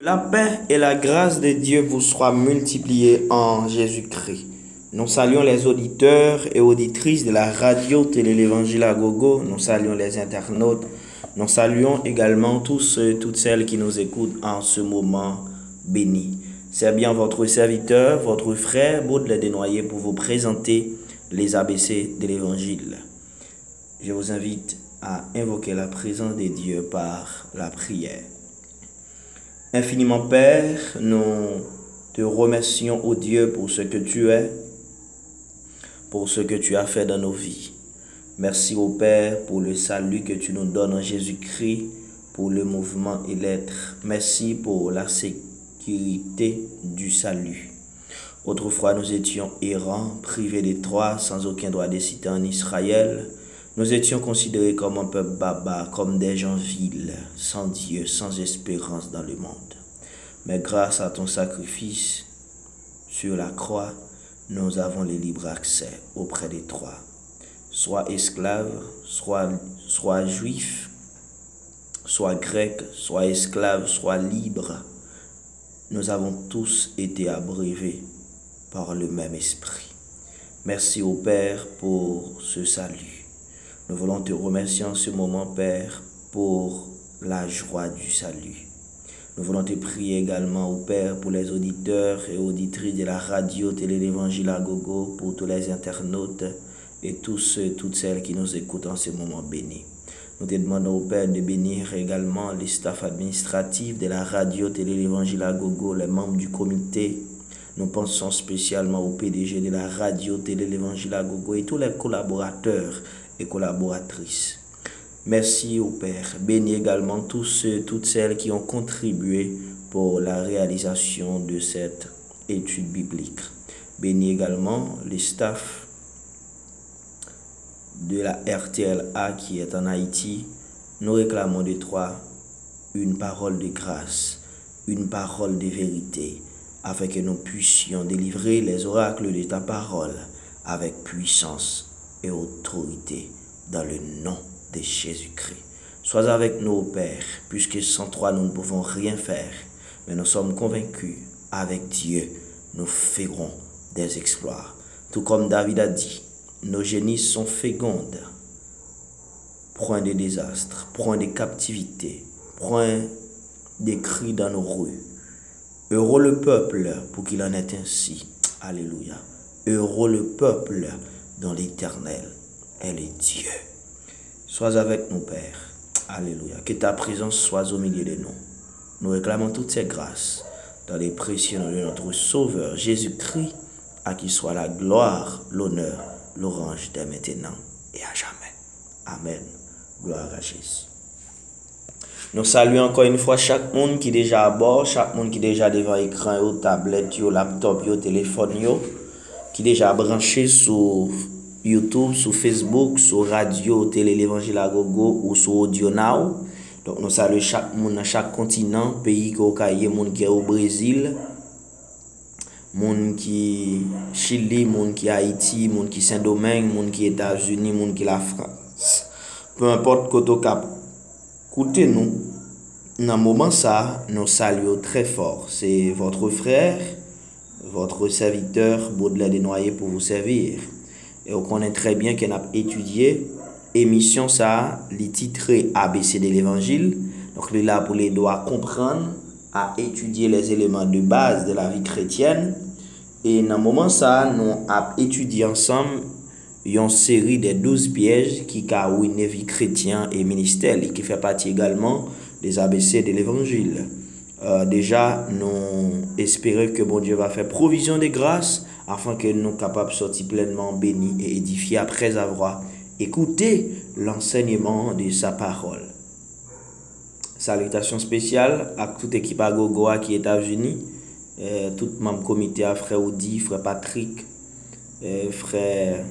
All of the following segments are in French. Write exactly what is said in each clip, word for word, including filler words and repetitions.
La paix et la grâce de Dieu vous soient multipliées en Jésus-Christ. Nous saluons les auditeurs et auditrices de la radio Télé l'Évangile à Gogo. Nous saluons les internautes. Nous saluons également tous ceux, toutes celles qui nous écoutent en ce moment béni. C'est bien votre serviteur, votre frère Baudelaire Desnoyers pour vous présenter les A B C de l'Évangile. Je vous invite à invoquer la présence de Dieu par la prière. Infiniment Père, nous te remercions, ô Dieu, pour ce que tu es, pour ce que tu as fait dans nos vies. Merci, ô Père, pour le salut que tu nous donnes en Jésus-Christ, pour le mouvement et l'être. Merci pour la sécurité du salut. Autrefois, nous étions errants, privés de toi, sans aucun droit de cité en Israël. Nous étions considérés comme un peuple barbare, comme des gens vils, sans Dieu, sans espérance dans le monde. Mais grâce à ton sacrifice sur la croix, nous avons le libre accès auprès de toi. Sois esclave, sois, sois juif, sois grec, sois esclave, sois libre. Nous avons tous été abreuvés par le même esprit. Merci au Père pour ce salut. Nous voulons te remercier en ce moment, Père, pour la joie du salut. Nous voulons te prier également, au Père, pour les auditeurs et auditrices de la radio Télé l'Évangile à Gogo, pour tous les internautes et tous ceux, toutes celles qui nous écoutent en ce moment béni. Nous te demandons, au Père, de bénir également les staffs administratifs de la radio Télé l'Évangile à Gogo, les membres du comité. Nous pensons spécialement au P D G de la radio Télé l'Évangile à Gogo et tous les collaborateurs et collaboratrices. Merci au Père. Bénis également tous ceux, toutes celles qui ont contribué pour la réalisation de cette étude biblique. Bénis également les staffs de la R T L A qui est en Haïti. Nous réclamons de toi une parole de grâce, une parole de vérité, afin que nous puissions délivrer les oracles de ta parole avec puissance et autorité dans le nom de Jésus-Christ. Sois avec nous, Père, puisque sans toi nous ne pouvons rien faire, mais nous sommes convaincus, avec Dieu, nous ferons des exploits. Tout comme David a dit, nos génisses sont fécondes, point de désastre, point de captivité, point de cris dans nos rues. Heureux le peuple pour qu'il en est ainsi. Alléluia. Heureux le peuple dont l'Éternel est le Dieu. Sois avec nous, Père. Alléluia. Que ta présence soit au milieu de nous. Nous réclamons toutes ces grâces dans les précieux noms de notre Sauveur Jésus-Christ, à qui soit la gloire, l'honneur, l'orange dès maintenant et à jamais. Amen. Gloire à Jésus. Nous saluons encore une fois chaque monde qui est déjà à bord, chaque monde qui est déjà devant l'écran, ou tablette, ou laptop, ou téléphone, qui est déjà branché sur YouTube, sur Facebook, sur radio, Télé l'Évangile à Gogo ou sur Audio Now. Donc nous saluons chaque monde dans chaque continent, pays qui est monde qui est au Brésil, monde qui est Chili, monde qui est Haïti, monde qui est Saint-Domingue, monde qui est États-Unis, monde qui est la France. Peu importe côté cap. Écoutez nous, dans un moment ça, nous saluons très fort. C'est votre frère, votre serviteur Baudelaire Desnoyers pour vous servir. Et on connaît très bien qu'on a étudié émission ça, les titres A B C de l'Évangile. Donc il est là pour les doigts comprendre, à étudier les éléments de base de la vie chrétienne. Et dans un moment ça, nous avons étudié ensemble une série de douze pièges qui caractérisent une vie chrétienne et ministère, qui fait partie également des A B C de l'Évangile. Euh, déjà, nous espérons que bon Dieu va faire provision de grâce afin que nous soyons capables de sortir pleinement bénis et édifiés après avoir écouté l'enseignement de sa parole. Salutations spéciales à toute équipe à Gogoa qui est aux États-Unis, euh, tout membre comité à frère Audi, frère Patrick, euh, frère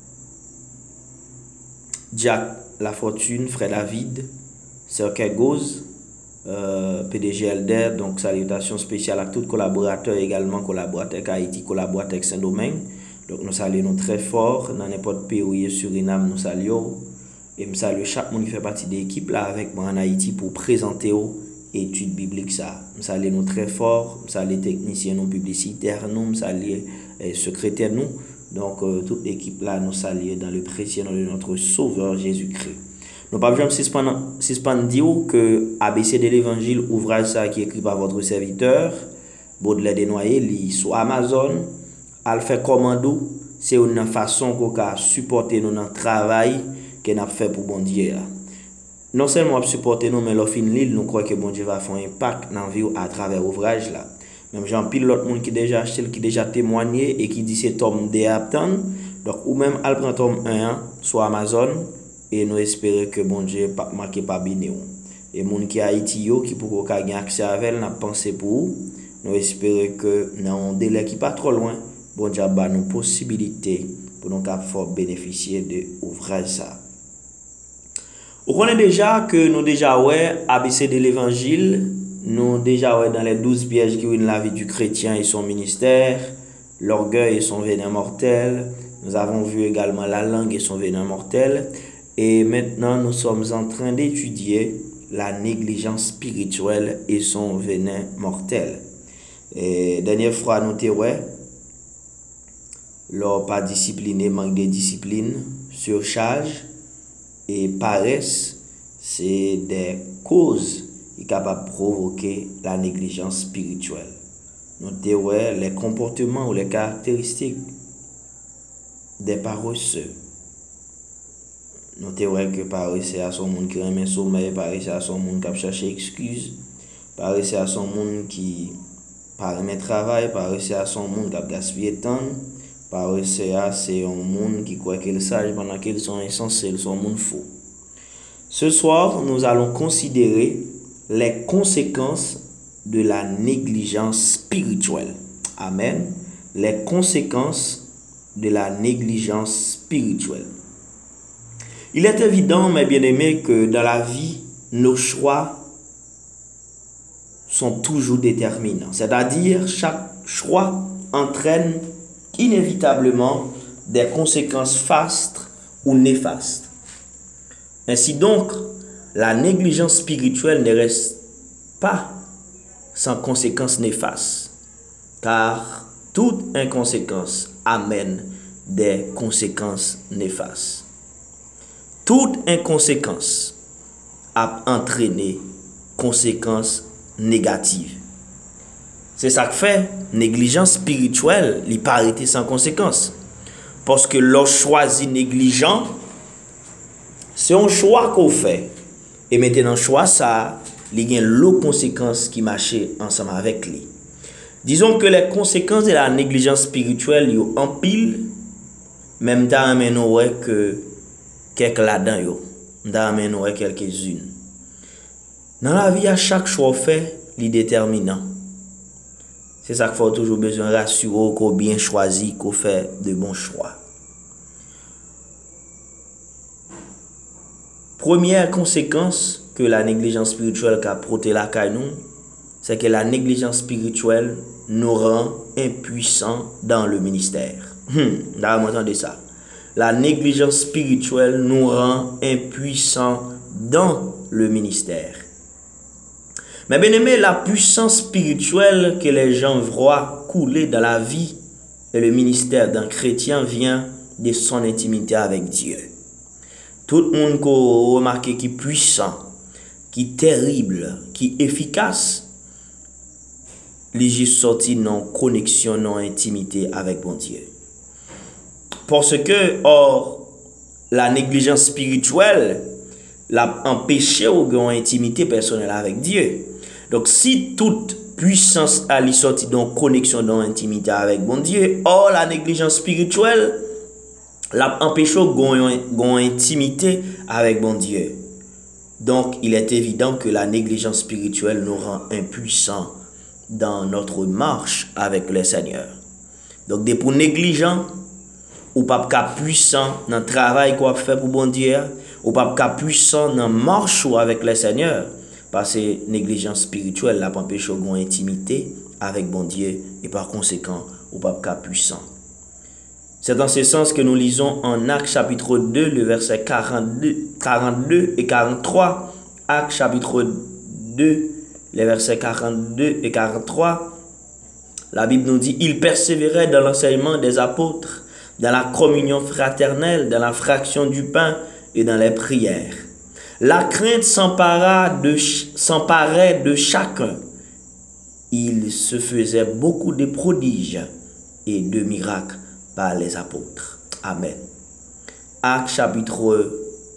Jack La Fortune, frère David, sœur Kegoz, euh, P D G Elder. Donc salutations spéciales à tous collaborateurs également, collaborateurs avec Haïti, collaborateurs avec Saint-Domingue. Donc nous saluons très fort dans n'importe pays où il y a Suriname, nous saluons. Et je salue chaque monde qui fait partie de l'équipe là avec moi en Haïti pour présenter étude biblique ça. Nous saluons nous très fort, nous saluons les techniciens, nous publicitaires, nous, nous saluons les secrétaires, nous. Donc, euh, toute l'équipe là, nous saluons dans le précieux nom de notre Sauveur Jésus-Christ. Nous ne pouvons pas suspendre dire que A B C de l'Évangile, ouvrage ça qui est écrit par votre serviteur, Baudelaire Desnoyers, lit sur Amazon, à le faire commando, c'est une façon qu'on a supporter nous dans le travail qu'on a fait pour bon Dieu. Non seulement supporter nous, mais l'offre l'île, nous croyons que bon Dieu va faire un impact dans la vie à travers l'ouvrage là. Même j'en pile l'autre monde qui déjà acheté, qui déjà témoigné et qui dit c'est tome deux à attendre. Donc, ou même elle prend tome un sur Amazon et nous espérons que bon Dieu pas marqué pas bien. Et moun qui a Haïti yo qui pour gagner accès à elle n'a pensé pour nous espérons que dans un délai qui pas trop loin, bon Dieu a nous possibilité pour nous pouvoir bénéficier de l'ouvrage ça. On connaît déjà que nous déjà ouais A B C de l'Évangile. Nous déjà ouais dans les douze pièges qui ruinent la vie du chrétien et son ministère, l'orgueil et son venin mortel. Nous avons vu également la langue et son venin mortel. Et maintenant, nous sommes en train d'étudier la négligence spirituelle et son venin mortel. Et dernière fois, nous avons ouais, l'or pas discipliné, manque de discipline, surcharge et paresse, c'est des causes qui sont capables de provoquer la négligence spirituelle. Notez ouais, les comportements ou les caractéristiques des paresseux. Notez ouais, que paresseux à son monde qui remet sommeil, paresseux à son monde qui cherche excuse, paresseux à son monde qui remet travail, paresseux à son monde qui a gaspillé temps, paresseux à c'est un monde qui croit qu'il est sage pendant qu'ils sont insensés, ils sont un monde faux. Ce soir, nous allons considérer les conséquences de la négligence spirituelle. Amen. Les conséquences de la négligence spirituelle. Il est évident, mes bien-aimés, que dans la vie, nos choix sont toujours déterminants. C'est-à-dire, chaque choix entraîne inévitablement des conséquences fastes ou néfastes. Ainsi donc, la négligence spirituelle ne reste pas sans conséquences néfastes, car toute inconséquence amène des conséquences néfastes. Toute inconséquence a entraîné conséquences négatives. C'est ça que fait négligence spirituelle, il pas arrêter sans conséquences. Parce que l'on choisit négligent, c'est un choix qu'on fait. Et maintenant, choix ça, il y a l'autre conséquence qui marche ensemble avec lui. Disons que les conséquences de la négligence spirituelle, ils sont en pile, même dans ouais que quelques là-dedans, yo, dans ouais quelques-unes. Dans la vie, à chaque choix fait, il est déterminant. C'est ça qu'il faut toujours besoin de rassurer qu'on bien choisi, qu'on fait de bons choix. Première conséquence que la négligence spirituelle a protégé la caille nous, c'est que la négligence spirituelle nous rend impuissants dans le ministère. Hum, vous entendez ça? La négligence spirituelle nous rend impuissants dans le ministère. Mais bien aimé, la puissance spirituelle que les gens voient couler dans la vie et le ministère d'un chrétien vient de son intimité avec Dieu. Tout le monde qui a remarqué qui est puissant, qui est terrible, qui est efficace, les juste sorti dans connexion, dans intimité avec bon Dieu. Parce que, or, la négligence spirituelle l'a empêché ou une intimité personnelle avec Dieu. Donc, si toute puissance a sorti dans connexion, dans intimité avec bon Dieu, or, la négligence spirituelle l'a empêché une intimité avec bon Dieu. Donc, il est évident que la négligence spirituelle nous rend impuissants dans notre marche avec le Seigneur. Donc, des pour négligents, ou pas puissant dans le travail qu'on fait pour bon Dieu, ou pas puissant dans la marche avec le Seigneur, parce que négligence spirituelle n'a pas empêché une intimité avec bon Dieu, et par conséquent, ou pas puissant. C'est dans ce sens que nous lisons en Actes chapitre deux, le verset quarante-deux, quarante-deux et quarante-trois. Actes chapitre deux, les versets quarante-deux et quarante-trois, la Bible nous dit, il persévérait dans l'enseignement des apôtres, dans la communion fraternelle, dans la fraction du pain et dans les prières. La crainte s'empara de, s'emparait de chacun. Il se faisait beaucoup de prodiges et de miracles par les apôtres. Amen. Actes chapitre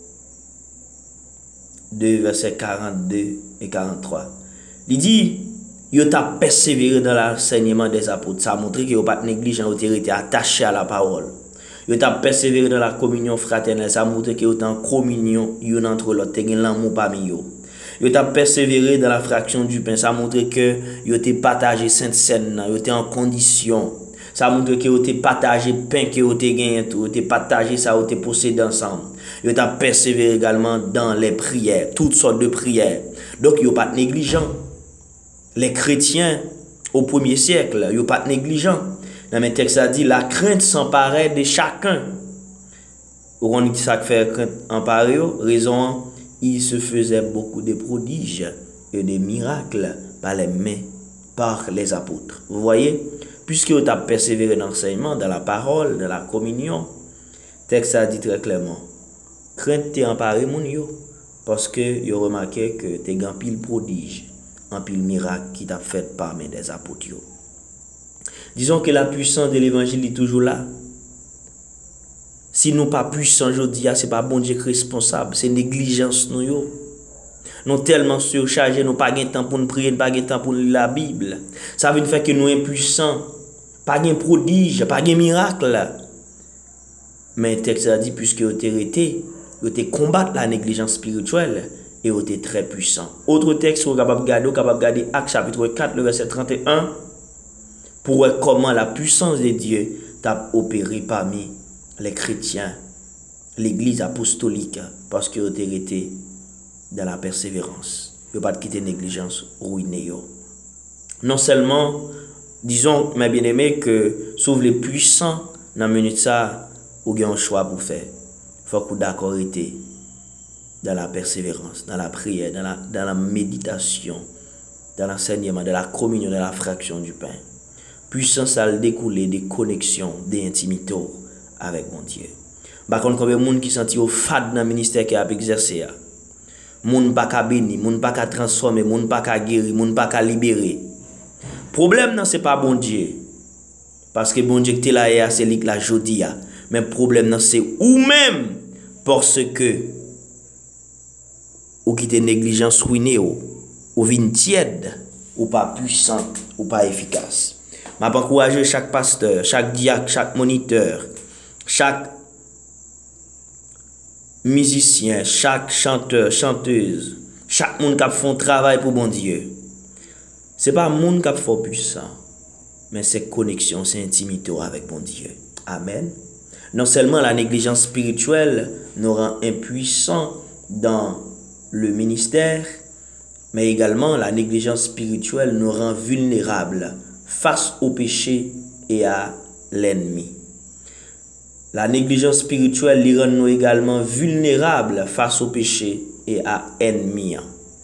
deux, versets quarante-deux et quarante-trois. Il dit, il a persévéré dans l'enseignement des apôtres. Ça a montré qu'il n'a pas négligent, il était attaché à la parole. Il a persévéré dans la communion fraternelle. Ça a montré qu'il était en communion entre l'autre. Il y a l'amour parmi eux. Il a persévéré dans la fraction du pain. Ça a montré que il était partagé sainte scène. Il était en condition. Ça a montré qu'il était partagé pain qu'il était gagné tout. Il était partagé ça, il était possédé ensemble. Il a persévéré également dans les prières, toutes sortes de prières. Donc il n'est pas négligent. Les chrétiens au premier siècle, ils ne sont pas négligents. Dans mes textes, ça dit la crainte s'emparait de chacun. On dit ça que fait crainte emparer, raison, il se faisait beaucoup de prodiges et de miracles par les mains, par les apôtres. Vous voyez, puisque vous avez persévéré dans l'enseignement, dans la parole, dans la communion, le texte ça dit très clairement, crainte t'es emparé mon yo, parce que vous remarqué que t'es grand pile prodige. Un pile miracle qui t'a fait parmi des apôtres. Disons que la puissance de l'évangile est toujours là. Si nous pas puissants aujourd'hui, c'est pas bon Dieu responsable, c'est négligence nous yo. Nous tellement surchargés, nous pas de temps pour nous prier, pas de temps pour lire la Bible. Ça veut dire que nous impuissants, pas de prodige, pas de miracle. Mais le texte a dit puisque vous avez été, vous avez combattre la négligence spirituelle. Et vous êtes très puissant. Autre texte, vous êtes capable de regarder, capable de regarder Actes chapitre quatre, le verset trente et un, pour voir comment la puissance de Dieu t'a opéré parmi les chrétiens, l'église apostolique, parce que vous êtes été dans la persévérance. Vous n'avez pas quitter négligence, ruiner. Non seulement, disons, mes bien-aimés, que sauf les puissants, dans la minute ça, vous avez un choix pour faire. Il faut que vous d'accord été dans la persévérance, dans la prière, dans la, dans la méditation, dans l'enseignement, dans la communion, dans la fraction du pain. Puissance à découler des connexions, des intimités avec mon Dieu. Par contre, combien de monde qui sentit au fade dans le ministère qui a exercé, moun pas ka béni, moun pas ka transformer, moun pas ka guérir, moun pas ka libérer. Problème non c'est pas bon Dieu. Parce que bon Dieu qui là et c'est lui la jodia. Mais problème non c'est ou même parce que ou qui te négligence ruiné ou ou vin tiède ou pas puissant ou pas efficace. M'a encourager chaque pasteur, chaque diacre, chaque moniteur, chaque musicien, chaque chanteur, chanteuse, chaque monde qui fait un travail pour bon Dieu. C'est pas monde qui fait puissant, mais c'est connexion, c'est intimité avec bon Dieu. Amen. Non seulement la négligence spirituelle nous rend impuissants dans le ministère, mais également la négligence spirituelle nous rend vulnérables face au péché et à l'ennemi. La négligence spirituelle les rend nous également vulnérables face au péché et à l'ennemi.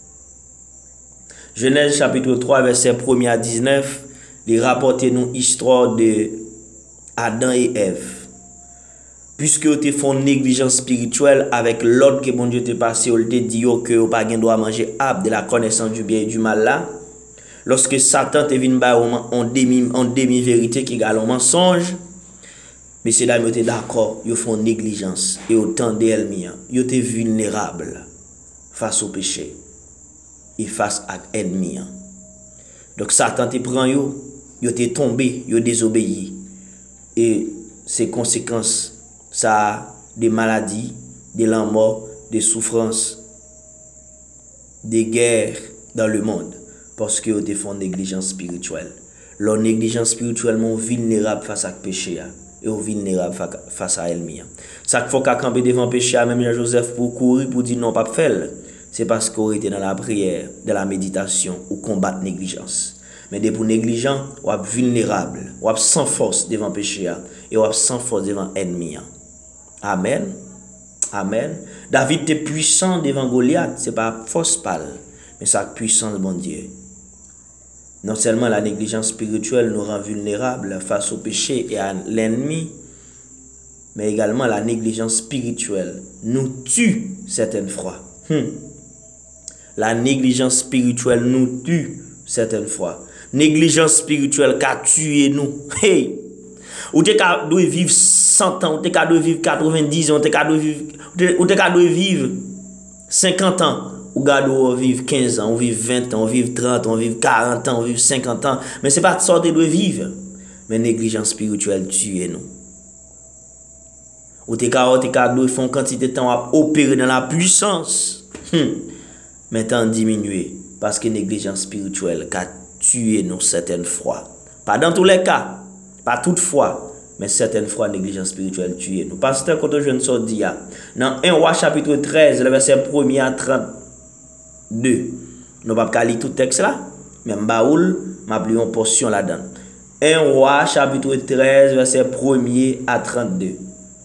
Genèse chapitre trois, verset premier à dix-neuf, il rapporte nous l'histoire de Adam et Ève. Puisque vous avez fait une négligence spirituelle avec l'ordre que bon Dieu t'a passé, vous avez dit que vous n'avez pas manger arbre de la connaissance du bien et du mal là. Lorsque Satan te venu en demi en demi-vérité qui égale un mensonge, mais c'est là que vous êtes d'accord, vous font négligence et autant d'ennemis, vous êtes vulnérable face au péché et face à l'ennemi. Donc Satan te prend vous, vous êtes tombé, vous désobéi et ses conséquences ça a des maladies, de la mort, des souffrances, des guerres dans le monde parce que vous font négligence spirituelle. Leur négligence spirituelle est vulnérable face à le péché et vulnérable face à l'ennemi. Ça faut qu'à camper devant le péché, même Jean-Joseph pour courir pour dire non pas faire, c'est parce qu'on était dans la prière, dans la méditation ou combattre négligence. Mais des pour négligents, ou vulnérable, ou sans force devant le péché et ou sans force devant l'ennemi. Amen. Amen. David était puissant devant Goliath, c'est pas force pâle, mais sa puissance bon Dieu. Non seulement la négligence spirituelle nous rend vulnérables face au péché et à l'ennemi, mais également la négligence spirituelle nous tue certaines fois. Hmm. La négligence spirituelle nous tue certaines fois. Négligence spirituelle qui a tué nous. Hey! Ou t'es qu'à vivre cent ans, ou t'es qu'à vivre quatre-vingt-dix ans, ou t'es qu'à vivre, ou t'es qu'à vivre cinquante ans, ou garde ou vivre quinze ans, ou vivre vingt ans, ou vivre trente ans, ou vivre quarante ans, ou vivre cinquante ans. Mais c'est pas de sorte de vivre. Mais négligence spirituelle tue nous. Ou t'es qu'à t'es qu'à faire une quantité de temps à opérer dans la puissance. Hum. Mais temps diminué parce que négligence spirituelle qui a tué nous certaines fois. Pas dans tous les cas. Pas toutefois, mais certaines fois, négligence spirituelle tue nous. Pasteur, quand je ne sors dit, dans un roi chapitre treize, le verset premier à trente-deux, nous ne pouvons pas lire tout le texte là, mais Mbaoul m'a pris une portion là-dedans. un roi chapitre treize, verset premier à trente-deux.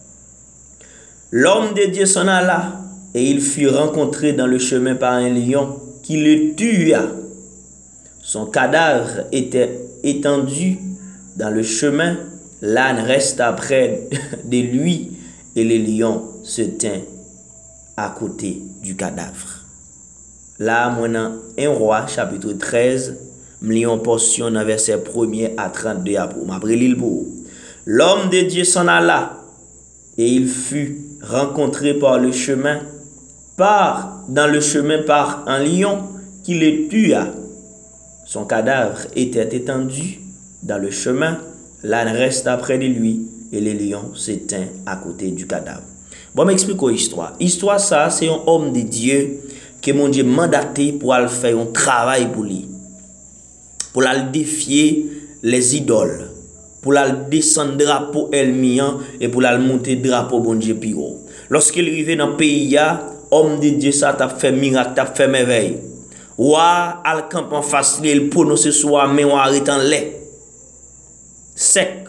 L'homme de Dieu s'en alla, et il fut rencontré dans le chemin par un lion qui le tua. Son cadavre était étendu dans le chemin, l'âne resta près de lui et le lion se tint à côté du cadavre. Là, maintenant, un roi, chapitre treize, m'lion portion dans verset premier à trente-deux à pour m'après l'île pour. L'homme de Dieu s'en alla et il fut rencontré par le chemin, par, dans le chemin par un lion qui le tua. Son cadavre était étendu dans le chemin, l'âne resta près de lui et le lion s'éteint à côté du cadavre. Bon, m'explique l'histoire. Histoire ça, c'est un homme de Dieu que mon Dieu mandaté pour aller faire un travail pour lui. Pour aller défier les idoles. Pour aller descendre drapeau elmian et pour aller monter drapeau bon Dieu plus haut. Lorsqu'il arrive dans le pays, homme de Dieu ça t'a fait miracle, t'a fait merveille. Ouah, al camp en face, il prononce soit mais on arrête en lait. Sec.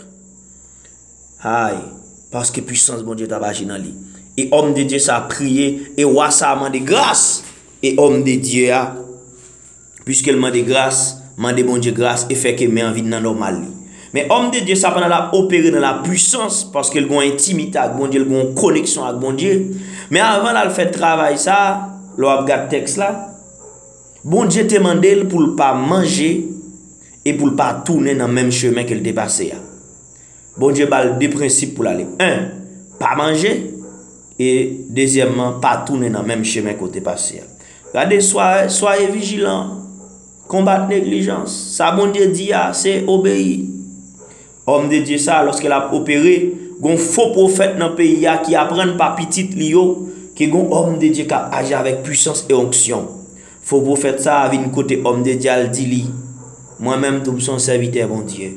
Aïe. Parce que puissance, bon Dieu, t'a bâti dans lui. Et homme de Dieu, ça a prié. Et roi, ça a demandé grâce. Et homme de Dieu, a, puisqu'il demande grâce, demande bon Dieu grâce et fait que met en vie dans normal. Mais homme de Dieu, ça pendant la opérer dans la puissance parce qu'il a une intimité avec bon Dieu, il a une connexion avec bon Dieu. Mais avant de faire travail, ça, l'on regarde texte là. Bon Dieu te demandé pour ne pas manger et pour ne pas tourner dans le même chemin qu'elle était passé. Bon Dieu a deux principes pour aller. Un, pas manger. Et deuxièmement, pas tourner dans le même chemin que tu passé. Regardez, soyez, soyez vigilants. Combattre négligence. Ça, bon Dieu dit, c'est obéir. Homme de Dieu, ça, lorsqu'il a opéré, il y a un faux prophète dans le pays qui apprend par petit lio, qui est un homme de Dieu qui a agi avec puissance et onction. Faux prophète, ça, avec un côté homme de Dieu, il dit, moi-même, tout son serviteur, bon Dieu.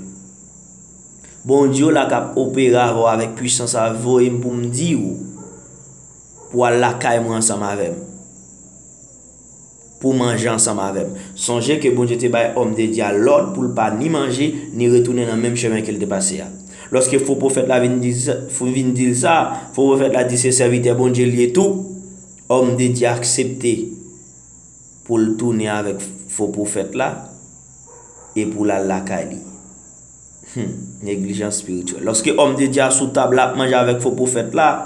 Bon Dieu, là, qui a opéré avec puissance, à vous, pour me dire, pour aller la caille ensemble avec pour manger ensemble avec. Songez que bon Dieu te bail homme de Dieu l'ordre pour ne pas ni manger ni retourner dans le même chemin qu'il te passé. Lorsque faux prophète la vient dire faut vinn dire ça, faux prophète la dit ses serviteurs bon Dieu lié tout, homme de Dieu accepté pour le tourner avec faux prophète là et pour la lacali. Hum, négligence spirituelle. Lorsque homme de Dieu sous table là manger avec faux prophète là,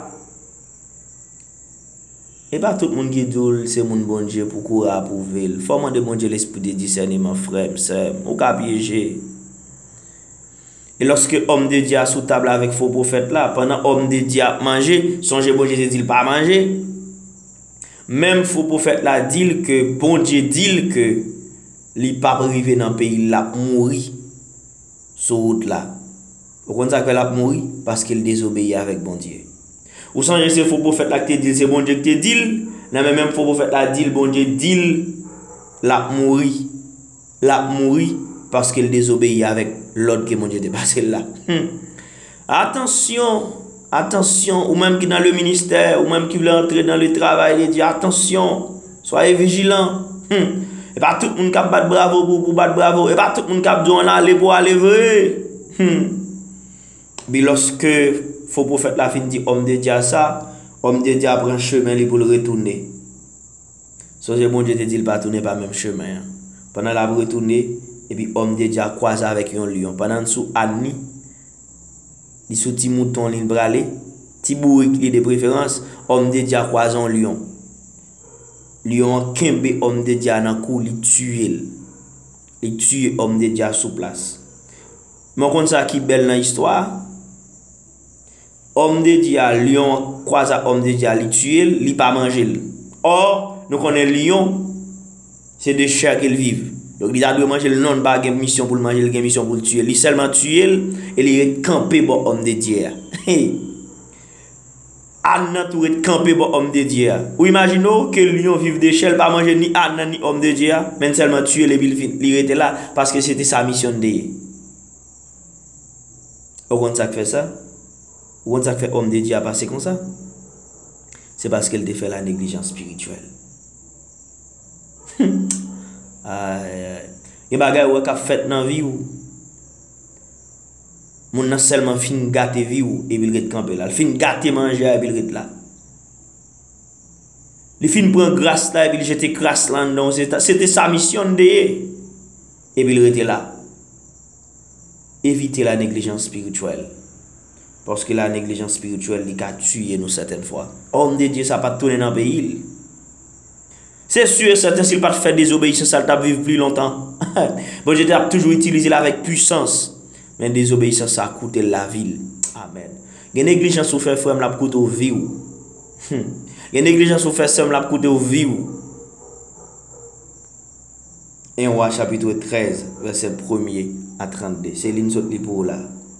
et pas tout le monde qui dit c'est mon bon Dieu pour courir pour vivre. Il faut demander bon Dieu l'esprit de discernement, frère, sœur, ou qu'à piéger. Et lorsque homme de Dieu sous table avec faux prophète là, pendant homme de Dieu manger, songez bon Dieu dit pas manger. Même faux prophète là dit que bon Dieu dit que il pas arrivé dans le pays là mourir sur route là. Vous comprenez que l'a mourir parce qu'il désobéit avec bon Dieu. Ou sans c'est faux prophète là qui te dit c'est bon Dieu qui te dit, la même faux prophète là dit bon Dieu dit la mourir. La mourir parce qu'il désobéit avec l'ordre que mon Dieu te passé là. Hum. Attention, attention, ou même qui dans le ministère, ou même qui veut entrer dans le travail, il dit attention, soyez vigilants. Hum. Et pas tout le monde qui bat bravo pour, pour battre bravo, et pas tout le monde qui dit on aller pour aller vrai. Hum. Mais lorsque faux prophète la fin dit homme de Dieu ça, homme de Dieu prend chemin pour le retourner. So c'est bon Dieu te dit il pas tourner pas même chemin. Pendant la retourner, et puis homme de Dieu a croisé avec un lion. Pendant sous Annie, il sous petit mouton, il bralé, petit bourrique de préférence, homme de Dieu a croisé un lion. Lion kembe homme de Dieu dans cou, il tue. Il tue homme de Dieu sous place. Mais comme ça qui belle dans l'histoire, homme de Dieu, lion croise homme de Dieu, il tue, il pas manger. Or, nous connaissons lion, c'est de chair qu'il vive. Donc il a dû manger le non pas une mission pour le manger, il a mission pour le tuer. Il seulement tuer et il est campé pour homme de Dieu. Anna tout est campé pour homme de Dieu. Ou imaginez que le lion vive d'échelle pas manger ni Anna ni homme de Dieu, mais seulement tuer les billes, il était là parce que c'était sa mission de. Au contraire ça fait ça? Au contraire ça fait homme de Dieu à passer comme ça? C'est parce qu'elle fait la négligence spirituelle. Aïe, il y a des choses qui fait dans la vie où mon a seulement fin gâter vie ou et il reste campé là. Il fin gâter manger et il reste là. Il fin prend grâce là et il jette grâce là dedans. C'était sa mission de et il reste là. Éviter la négligence spirituelle. Parce que la négligence spirituelle, il a tué nous certaines fois. Homme de Dieu, ça n'a pas tourné dans le pays. C'est sûr et certain, s'il n'a pas fait désobéissance, ça va vivre plus longtemps. Bon, je t'ai toujours utilisé là avec puissance. Mais désobéissance, ça a coûté la ville. Amen. Il y a une négligence ou faire frère, la coûte au vie. Il y a une négligence ou faire somme, la coûte au vie. Et on voit chapitre treize, verset premier à trente-deux. C'est l'une sorte pour là.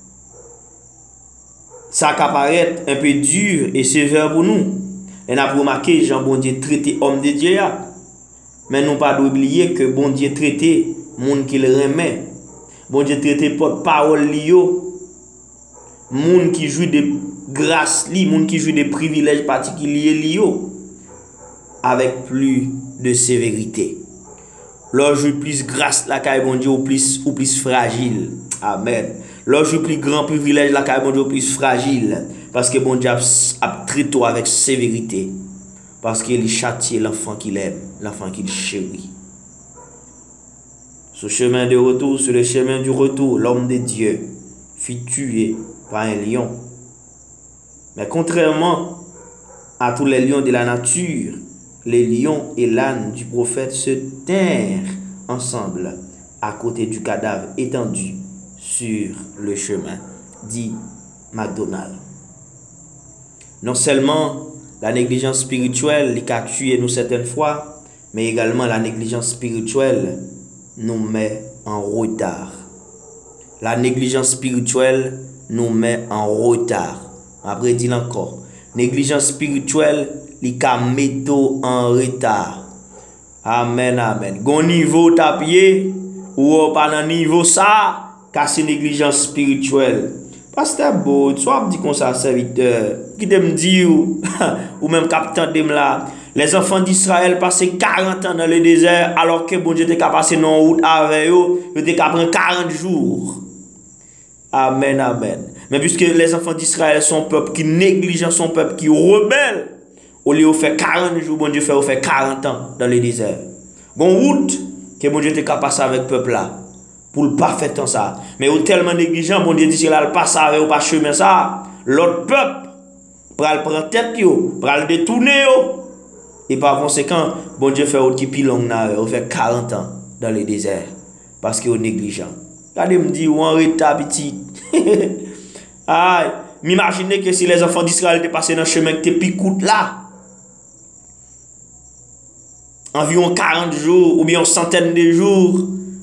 Ça apparaît un peu dur et sévère pour nous. On a remarqué Jean bon Dieu traité homme de Dieu. Mais nous pas d'oublier que bon Dieu traité monde qui le remet. Bon Dieu traité porte-parole lio. Monde qui joue de grâce li, monde qui joue de privilèges particuliers lio avec plus de sévérité. Lorsque plus grâce la caille bon Dieu ou plus ou plus fragile. Amen. Lorsque plus grand privilège la caille bon Dieu plus fragile parce que bon Dieu a, a traité avec sévérité parce qu'il châtie l'enfant qu'il aime, l'enfant qu'il chérit. Sur le chemin de retour, sur le chemin du retour, l'homme de Dieu fut tué par un lion. Mais contrairement à tous les lions de la nature, les lions et l'âne du prophète se tinrent ensemble à côté du cadavre étendu sur le chemin, dit McDonald. Non seulement la négligence spirituelle qui a tué nous certaines fois, mais également la négligence spirituelle nous met en retard. La négligence spirituelle nous met en retard. Après, dit encore, négligence spirituelle li ka metto en retard. Amen, amen. Gon niveau tapie ou pas dans niveau ça, car c'est négligence spirituelle. Pasteur Beau, soit dit comme ça serviteur, qui te me dit ou ou même capitaine de là, les enfants d'Israël passaient quarante ans dans le désert alors que bon Dieu était capable passer dans route avec eux, il était capable quarante jours. Amen, amen. Mais puisque les enfants d'Israël sont peuple qui négligent, son peuple qui rebelle, au lieu de faire quarante jours, bon Dieu fait faire quarante ans dans le désert. Bon route que bon Dieu était capable passer avec peuple là pour le pas faire tant ça. Mais au tellement négligent, bon Dieu dit si là le passe avec ou pas chemin ça, l'autre peuple pral prendre tête yo, pral détourner yo. Et par conséquent, bon Dieu fait autre qui plus long na, on fait quarante ans dans le désert parce qu'il est négligent. Regardez me dit ou en retard petit. Aïe, m'imaginez que si les enfants d'Israël étaient passés dans le chemin que t'es coûte là, environ quarante jours ou bien une centaine de jours,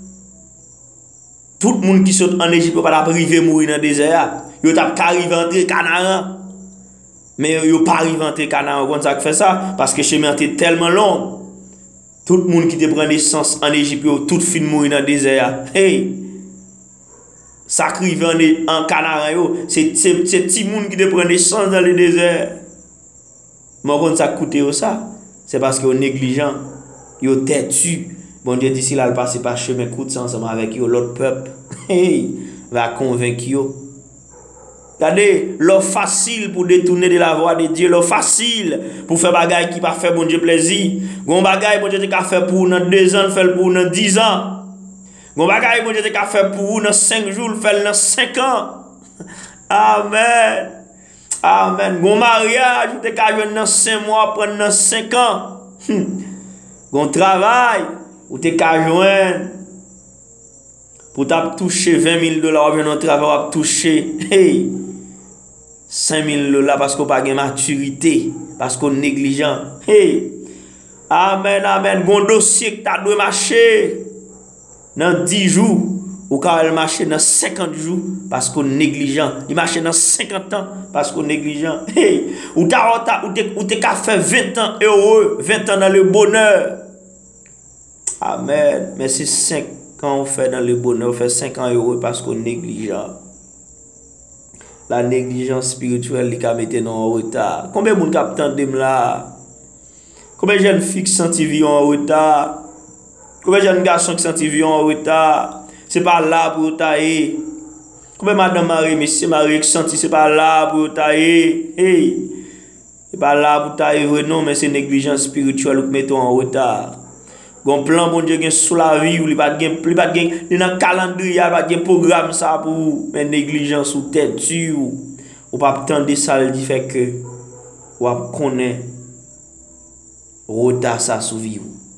tout le monde qui saute en Égypte pas arriver mourir dans le désert. Yo t'a arrivé entrer Canaan. Mais yo pas arrivé entrer Canaan, comment ça fait ça parce que le chemin était tellement long. Tout le monde qui te prend naissance en Égypte, tout fin mourir dans le désert. Hey, ça arrive en, en Canaan, c'est c'est petit monde qui te prend naissance dans le désert. Mais quand ça coûte ça, c'est parce que négligent, yo têtu. Bon Dieu dit si là le passer par chemin coûte ça ensemble avec yo l'autre peuple. Hey, va convaincre yo. Regardez, l'offre facile pour détourner de la voie de Dieu, l'offre facile pour faire bagaille qui pas faire bon Dieu plaisir. Gon bagaille bon Dieu t'a fait pour dans deux ans, fait pour dans dix ans. Gon bagay bon Dieu te ka fait pour vous dans cinq jours, le fait dans cinq ans. Amen. Amen. Gon mariage, te ka joindre dans cinq mois, prendre dans cinq ans. Gon travail, ou te ka joindre pour t'a toucher vingt mille dollars, ou bien un travail, ou toucher hey, cinq mille dollars parce qu'on pas de maturité, parce qu'on est négligent. Hey. Amen, amen. Gon dossier que tu dois marcher dans dix jours, ou quand elle marche dans cinquante jours parce qu'on est négligent. Il marche dans cinquante ans parce qu'on est négligent. Hey. Ou t'as ou t'es qu'à faire vingt ans heureux, vingt ans dans le bonheur. Amen. Mais c'est cinq ans on fait dans le bonheur, on fait cinq ans heureux parce qu'on est négligent. La négligence spirituelle qui a mis nous en retard. Combien de monde captant de là? Combien de jeunes filles qui sont en retard? Combien de jeunes garçons qui sont en retard? C'est pas là pour tailler. Combien de madame Marie, monsieur Marie qui sont c'est pas là pour tailler. Hey, c'est pas là pour tailler non, mais c'est négligence spirituelle qui met en retard. Gon plan bon Dieu sous la vie ou il pas gain il pas gain dans calendrier pas gain programme ça pour mais négligence ou tête tu ou pas tendre ça dit fait que ou connaît retard ça sous vie.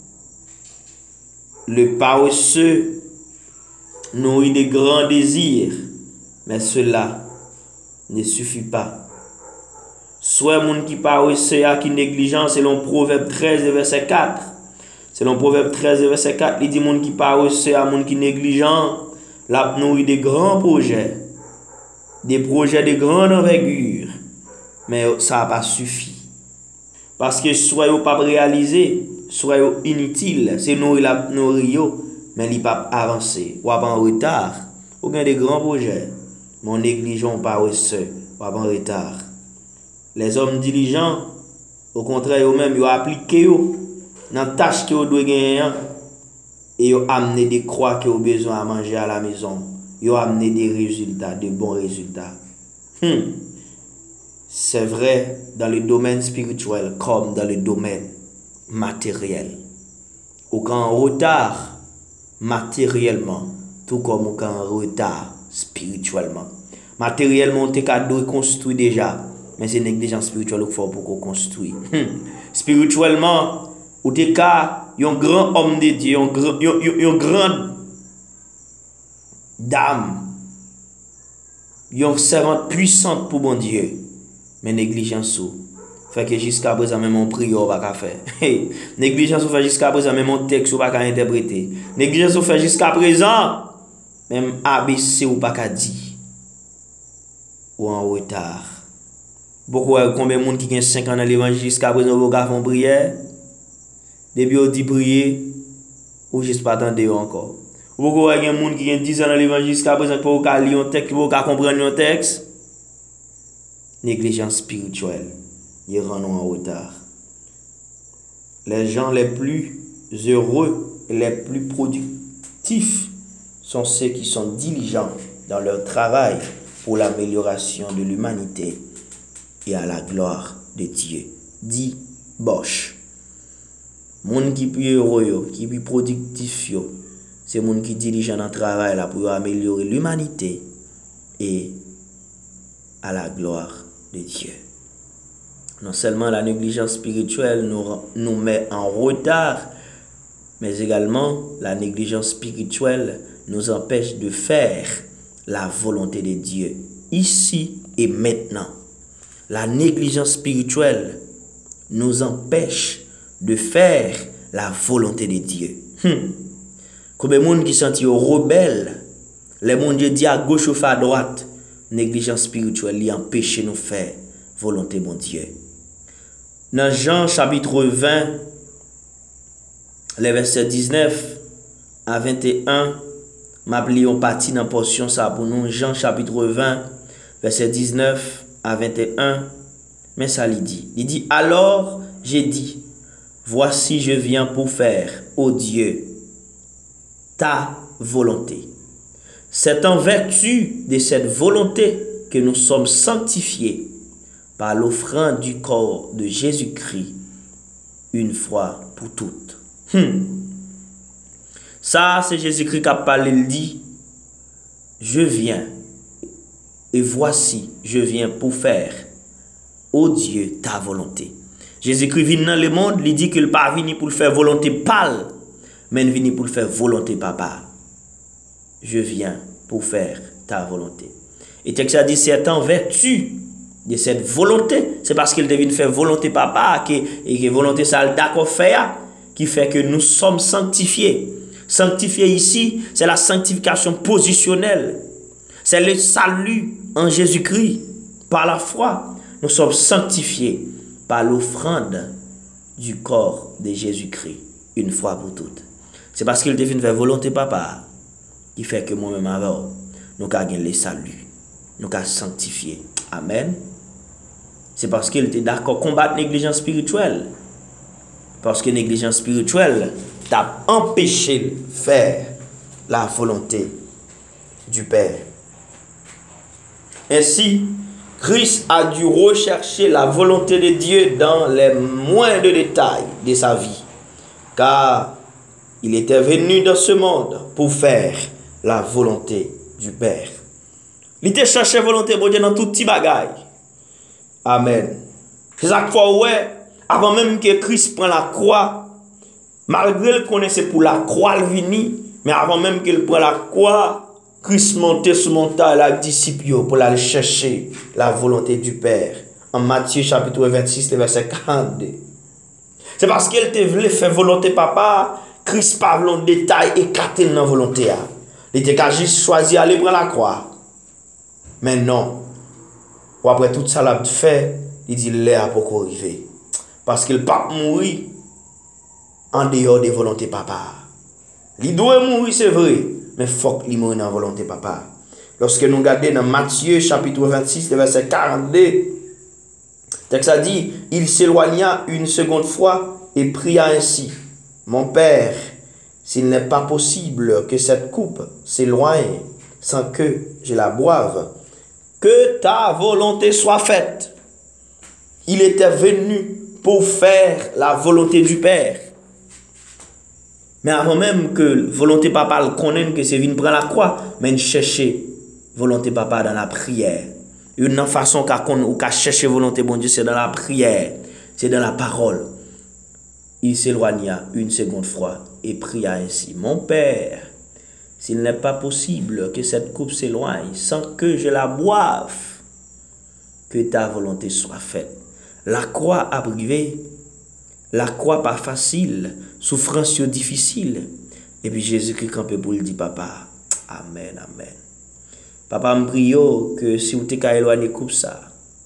Le paresseux nourrit de grands désirs, mais cela ne suffit pas. Soit moun qui paresseux a qui négligence selon Proverbe treize verset quatre. Selon Proverbe treize verset quatre, il dit moun qui paresseux a moun qui négligent, la nourrit de grands projets, des projets de grande envergure, mais ça n'a pas suffi. Parce que soit vous pas réalisé, soit vous inutile, c'est nourrir la nourrir, mais il pas avancer, ou en retard, ou gain des grands projets, mon négligent paresseux, ou en retard. Les hommes diligents, au contraire, eux-mêmes, ils ont appliqué dans tâche que vous doit gagner et ils ont amené des croix que vous avez besoin à manger à la maison. Ils ont amené des résultats, de bons résultats. Hmm. C'est vrai dans le domaine spirituel comme dans le domaine matériel. Ou quand en retard matériellement, tout comme ou quand en retard spirituellement. Matériellement, on est construit déjà, mais c'est négligence spirituelle qu'il faut pour qu'on construise. Hmm. Spirituellement, ou t'es qu'à un grand homme de Dieu, un grand, un grand dame, une servante puissante pour mon Dieu. Mais négligence ou fait que jusqu'à présent même on prière on va pas faire. Hey, négligence ou fait jusqu'à présent même on texte ou pas qu'à interpréter. Négligence ou fait jusqu'à présent même A B C ou pas qu'à dire. Ou en retard. Beaucoup combien de monde qui a cinq ans dans l'évangile jusqu'à présent vous faire prière. Depuis on dit prier ou juste pas attendre encore. Beaucoup de monde qui a dix ans dans l'évangile jusqu'à présent pour lire un texte, pour comprendre un texte. Négligence spirituelle, ils rendent en retard. Les gens les plus heureux et les plus productifs sont ceux qui sont diligents dans leur travail pour l'amélioration de l'humanité et à la gloire de Dieu. Dit Bosch. Moun qui plus heureux, qui plus productif, c'est moun qui diligent dans le travail là pour améliorer l'humanité et à la gloire de Dieu. Non seulement la négligence spirituelle nous, nous met en retard, mais également la négligence spirituelle nous empêche de faire la volonté de Dieu, ici et maintenant. La négligence spirituelle nous empêche de faire la volonté de Dieu. Hum. Comme les gens qui sont rebelles, les gens qui disent à gauche ou à droite, négligence spirituelle qui empêche nous faire volonté de Dieu. Dans Jean chapitre vingt, les versets dix-neuf à vingt et un, m'appelons on partie dans portion ça pour nous. Jean chapitre vingt, verset dix-neuf à vingt et un, mais ça lui dit. Il dit, alors j'ai dit, voici je viens pour faire, ô Dieu, ta volonté. C'est en vertu de cette volonté que nous sommes sanctifiés par l'offrande du corps de Jésus-Christ une fois pour toutes. Hmm. Ça, c'est Jésus-Christ qui a parlé, il dit, je viens, et voici, je viens pour faire, ô Dieu, ta volonté. Jésus-Christ vient dans le monde, il dit qu'il n'est pas venu pour faire volonté pâle, mais il venu pour faire volonté papa. Je viens pour faire ta volonté. Et texte a dit, c'est en vertu de cette volonté, c'est parce qu'il devine faire volonté papa, que, et que volonté ça d'accord faire, qui fait que nous sommes sanctifiés. Sanctifié ici, c'est la sanctification positionnelle. C'est le salut en Jésus-Christ. Par la foi, nous sommes sanctifiés par l'offrande du corps de Jésus-Christ, une fois pour toutes. C'est parce qu'il devine faire volonté papa qui fait que moi-même avant, nous avons gagné le salut. Nous avons sanctifié. Amen. C'est parce qu'il était d'accord combattre la négligence spirituelle. Parce que la négligence spirituelle t'a empêché de faire la volonté du Père. Ainsi, Christ a dû rechercher la volonté de Dieu dans les moindres détails de sa vie, car il était venu dans ce monde pour faire la volonté du Père. Il était cherché la volonté de Dieu dans tout petit bagaille. Amen. C'est ça qu'il faut, ouais, avant même que Christ prenne la croix, malgré qu'il connaissait pour la croix le vini, mais avant même qu'il prenne la croix, Christ montait sur montagne avec les disciples pour aller chercher la volonté du Père. En Matthieu chapitre vingt-six, verset quarante-deux. C'est parce qu'il te voulait faire volonté papa, Christ parle en détail et éclaté dans la volonté. Il était qu'à juste choisir d'aller prendre la croix. Mais non. Ou après tout ça l'a fait, il dit l'air pour arriver. Parce qu'il ne peut pas mourir en dehors des volontés papa. Il doit mourir, c'est vrai, mais il faut qu'il meure dans la volonté papa. Lorsque nous regardons dans Matthieu chapitre vingt-six, verset quarante-deux, le texte a dit, il s'éloigna une seconde fois et pria ainsi, mon Père, s'il n'est pas possible que cette coupe s'éloigne sans que je la boive, que ta volonté soit faite. Il était venu pour faire la volonté du Père. Mais avant même que volonté papa le connaisse que c'est venu prendre la croix, mais il cherchait volonté papa dans la prière. Une façon qu'a chercher volonté bon Dieu, c'est dans la prière, c'est dans la parole. Il s'éloigna une seconde fois et pria ainsi, mon Père, s'il n'est pas possible que cette coupe s'éloigne sans que je la boive, que ta volonté soit faite. La croix a privé, la croix pas facile, souffrance difficile. Et puis Jésus-Christ campé pour le dire, papa, amen, amen. Papa me prie que si vous t'es éloigné coupe ça,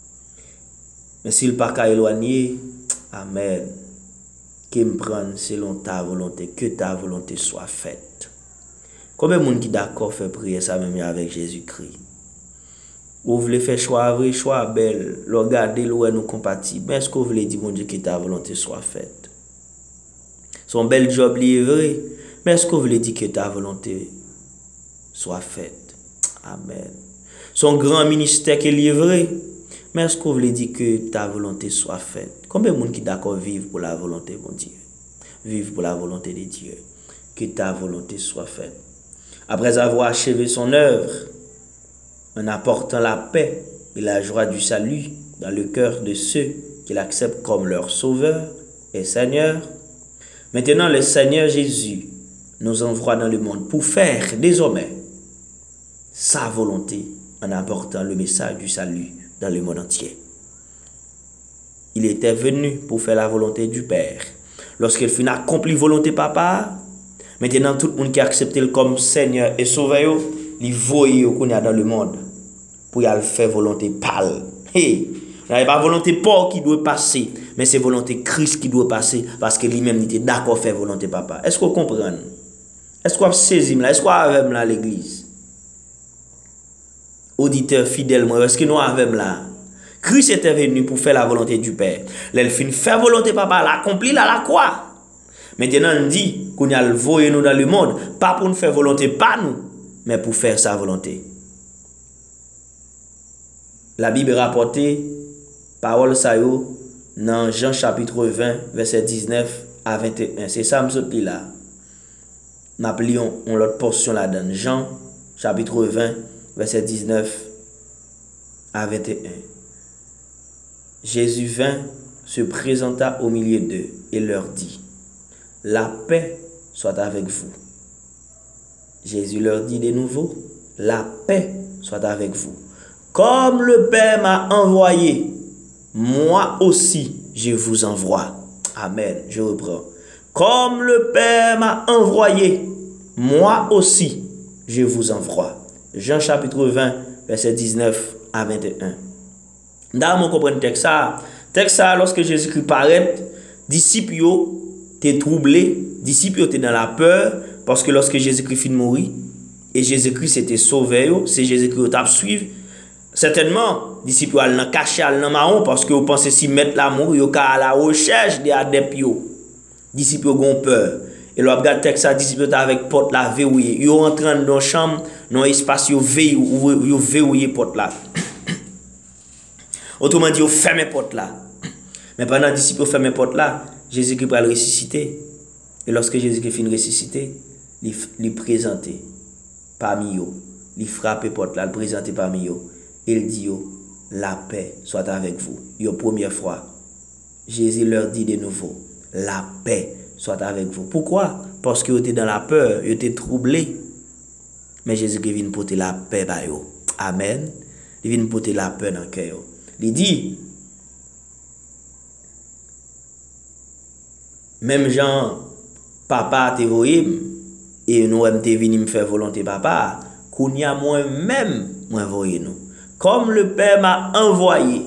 mais s'il pas qu'à éloigner, amen, qu'il me prenne selon ta volonté, que ta volonté soit faite. Combien de monde qui d'accord fait prier ça même avec Jésus-Christ? Vous voulez faire choix vrai, choix belle, regarder l'ouest nous compatible. Mais est-ce que vous voulez dire, mon Dieu, que ta volonté soit faite? Son bel job livré, mais est-ce que vous voulez dire que ta volonté soit faite? Amen. Son grand ministère qui est livré, mais est-ce que vous voulez dire que ta volonté soit faite? Combien de monde qui d'accord vivre pour la volonté, mon Dieu? Vivre pour la volonté de Dieu. Que ta volonté soit faite. Après avoir achevé son œuvre, en apportant la paix et la joie du salut dans le cœur de ceux qui l'acceptent comme leur sauveur et Seigneur, maintenant le Seigneur Jésus nous envoie dans le monde pour faire désormais sa volonté en apportant le message du salut dans le monde entier. Il était venu pour faire la volonté du Père. Lorsqu'il finit accompli volonté papa, maintenant tout le monde qui a accepté comme Seigneur et Sauveur, il voyait qu'on est dans le monde pour y aller faire volonté pâle. Hey, il n'y a pas volonté pauvre qui doit passer, mais c'est volonté Christ qui doit passer parce que lui-même était d'accord faire volonté papa. Est-ce que vous comprenez? Est-ce que vous saisissez là? Est-ce que vous avez là l'église? Auditeur fidèle, est-ce que nous avons là? Christ était venu pour faire la volonté du Père. Il finit faire volonté papa, l'accomplit là la croix. Maintenant, on dit qu'on a le voyé nous dans le monde, pas pour nous faire volonté, pas nous, mais pour faire sa volonté. La Bible rapportée, parole ça yo, dans Jean chapitre vingt, verset dix-neuf à vingt et un. C'est ça, je là. N'appelions on l'autre portion là-dedans. Jean, chapitre vingt, verset dix-neuf à vingt et un. Jésus vint, se présenta au milieu d'eux et leur dit, la paix soit avec vous. Jésus leur dit de nouveau, la paix soit avec vous. Comme le Père m'a envoyé, moi aussi je vous envoie. Amen. Je reprends. Comme le Père m'a envoyé, moi aussi je vous envoie. Jean chapitre vingt, verset dix-neuf à vingt et un. Dans mon comprendre texte ça, texte ça lorsque Jésus-Christ paraît, disciples étaient troublés, disciples étaient dans la peur parce que lorsque Jésus-Christ finit de mourir et Jésus-Christ s'était sauvé, c'est Jésus-Christ qui a suivi. Certainement, disciples allaient cacher dans marron parce que vous pensez si mettre l'amour, ils à la recherche des adeptes. Disciples ont peur. Et le regarde texte ça, disciples avec porte la verrouillée. Ils rentrent dans la chambre, dans l'espace, ils verrouillent porte là. Autrement dit, ils ferment porte là. Mais pendant que les disciples ferment porte là, Jésus-Christ va le ressusciter. Et lorsque Jésus-Christ finit de ressusciter, il le présenter parmi eux. Il frappe porte là, le présenter parmi eux. Il dit, la paix soit avec vous. Une première fois, Jésus leur dit de nouveau, la paix soit avec vous. Pourquoi? Parce qu'ils étaient dans la peur, ils étaient troublés. Mais Jésus vient porter la paix par eux. Amen. Il vient porter la paix dans le cœur. Il dit, même Jean, papa te voyé, et nous sommes venus me faire volonté papa, qu'on y a moi-même, moi voyé nous. Comme le Père m'a envoyé,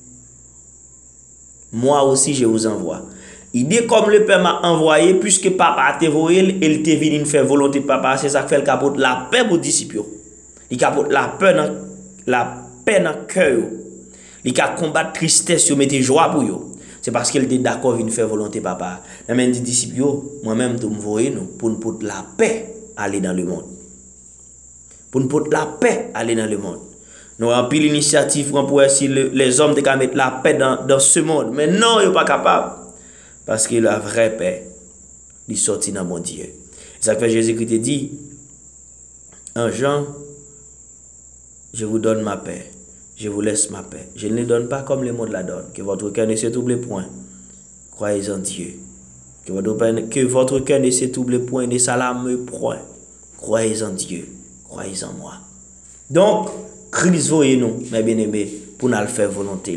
moi aussi je vous envoie. Il dit comme le Père m'a envoyé, puisque papa te voyé, il te venu me faire volonté papa, c'est ça qui fait le capote la paix pour les disciples. Il capote la paix dans la paix dans le cœur. Il a combattre tristesse, il mettre joie pour eux. C'est parce qu'il était d'accord de faire volonté papa. Et même dit disciples, moi-même, je me vois pour nous porter la paix aller dans le monde. Pour nous porter la paix aller dans le monde. Nous avons pris l'initiative pour essayer les hommes de mettre la paix dans, dans ce monde. Mais non, ils ne sont pas capables. Parce que la vraie paix, il sortit dans mon Dieu. C'est ça que Jésus-Christ dit, en Jean, je vous donne ma paix. Je vous laisse ma paix. Je ne les donne pas comme le monde la donne. Que votre cœur ne se trouble point. Croyez en Dieu. Que votre, que votre cœur ne se trouble point, ne s'alarme point. Croyez en Dieu. Croyez en moi. Donc, Christ voyez nous, mes bien-aimés, pour nous faire volonté.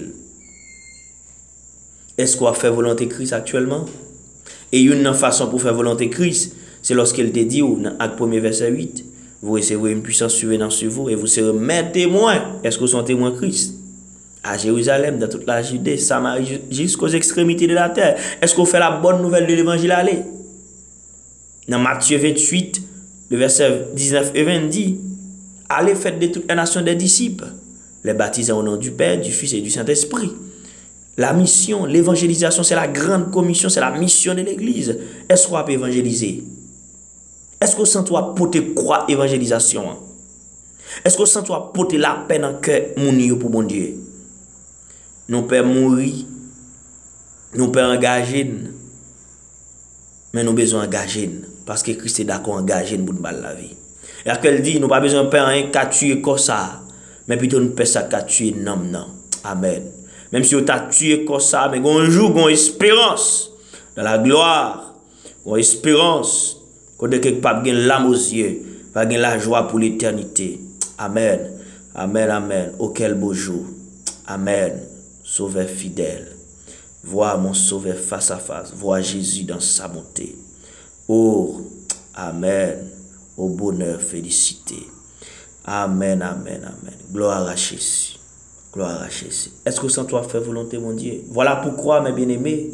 Est-ce qu'on a fait volonté Christ actuellement? Et une façon pour faire volonté Christ, c'est lorsqu'il te dit, dans Acte premier verset huit, vous recevrez une puissance survenant sur vous et vous serez mes témoins. Est-ce que vous sont témoins Christ? À Jérusalem, dans toute la Judée, Samarie, jusqu'aux extrémités de la terre. Est-ce qu'on fait la bonne nouvelle de l'évangile aller? Dans Matthieu vingt-huit, le verset dix-neuf et vingt dit, allez faites de toute la nation des disciples, les baptisant au nom du Père, du Fils et du Saint-Esprit. La mission, l'évangélisation, c'est la grande commission, c'est la mission de l'Église. Est-ce qu'on peut évangéliser? Est-ce qu'on sent toi porter quoi évangélisation? Est-ce qu'on sent toi porter la peine en cœur mon pour mon Dieu? Nous pouvons mourir, nous pouvons engager, mais nous avons besoin d'engager parce que Christ est d'accord engager pour nous la vie. Et à qu'elle dit, nous n'avons pas besoin de faire un qu'à tuer comme ça, mais plutôt nous faire ça qu'à tuer non, non. Amen. Même si on t'a tué comme ça, mais un jour, on a espérance dans la gloire, on a espérance. Quand quelque part gagne l'âme aux yeux, va gagner la joie pour l'éternité. Amen. Amen, amen. Oh quel beau jour. Amen. Sauveur fidèle. Vois mon sauveur face à face. Vois Jésus dans sa montée. Oh, amen. Au bonheur, félicité. Amen, amen, amen. Gloire à Jésus. Gloire à Jésus. Est-ce que sans toi faire volonté, mon Dieu? Voilà pourquoi, mes bien-aimés,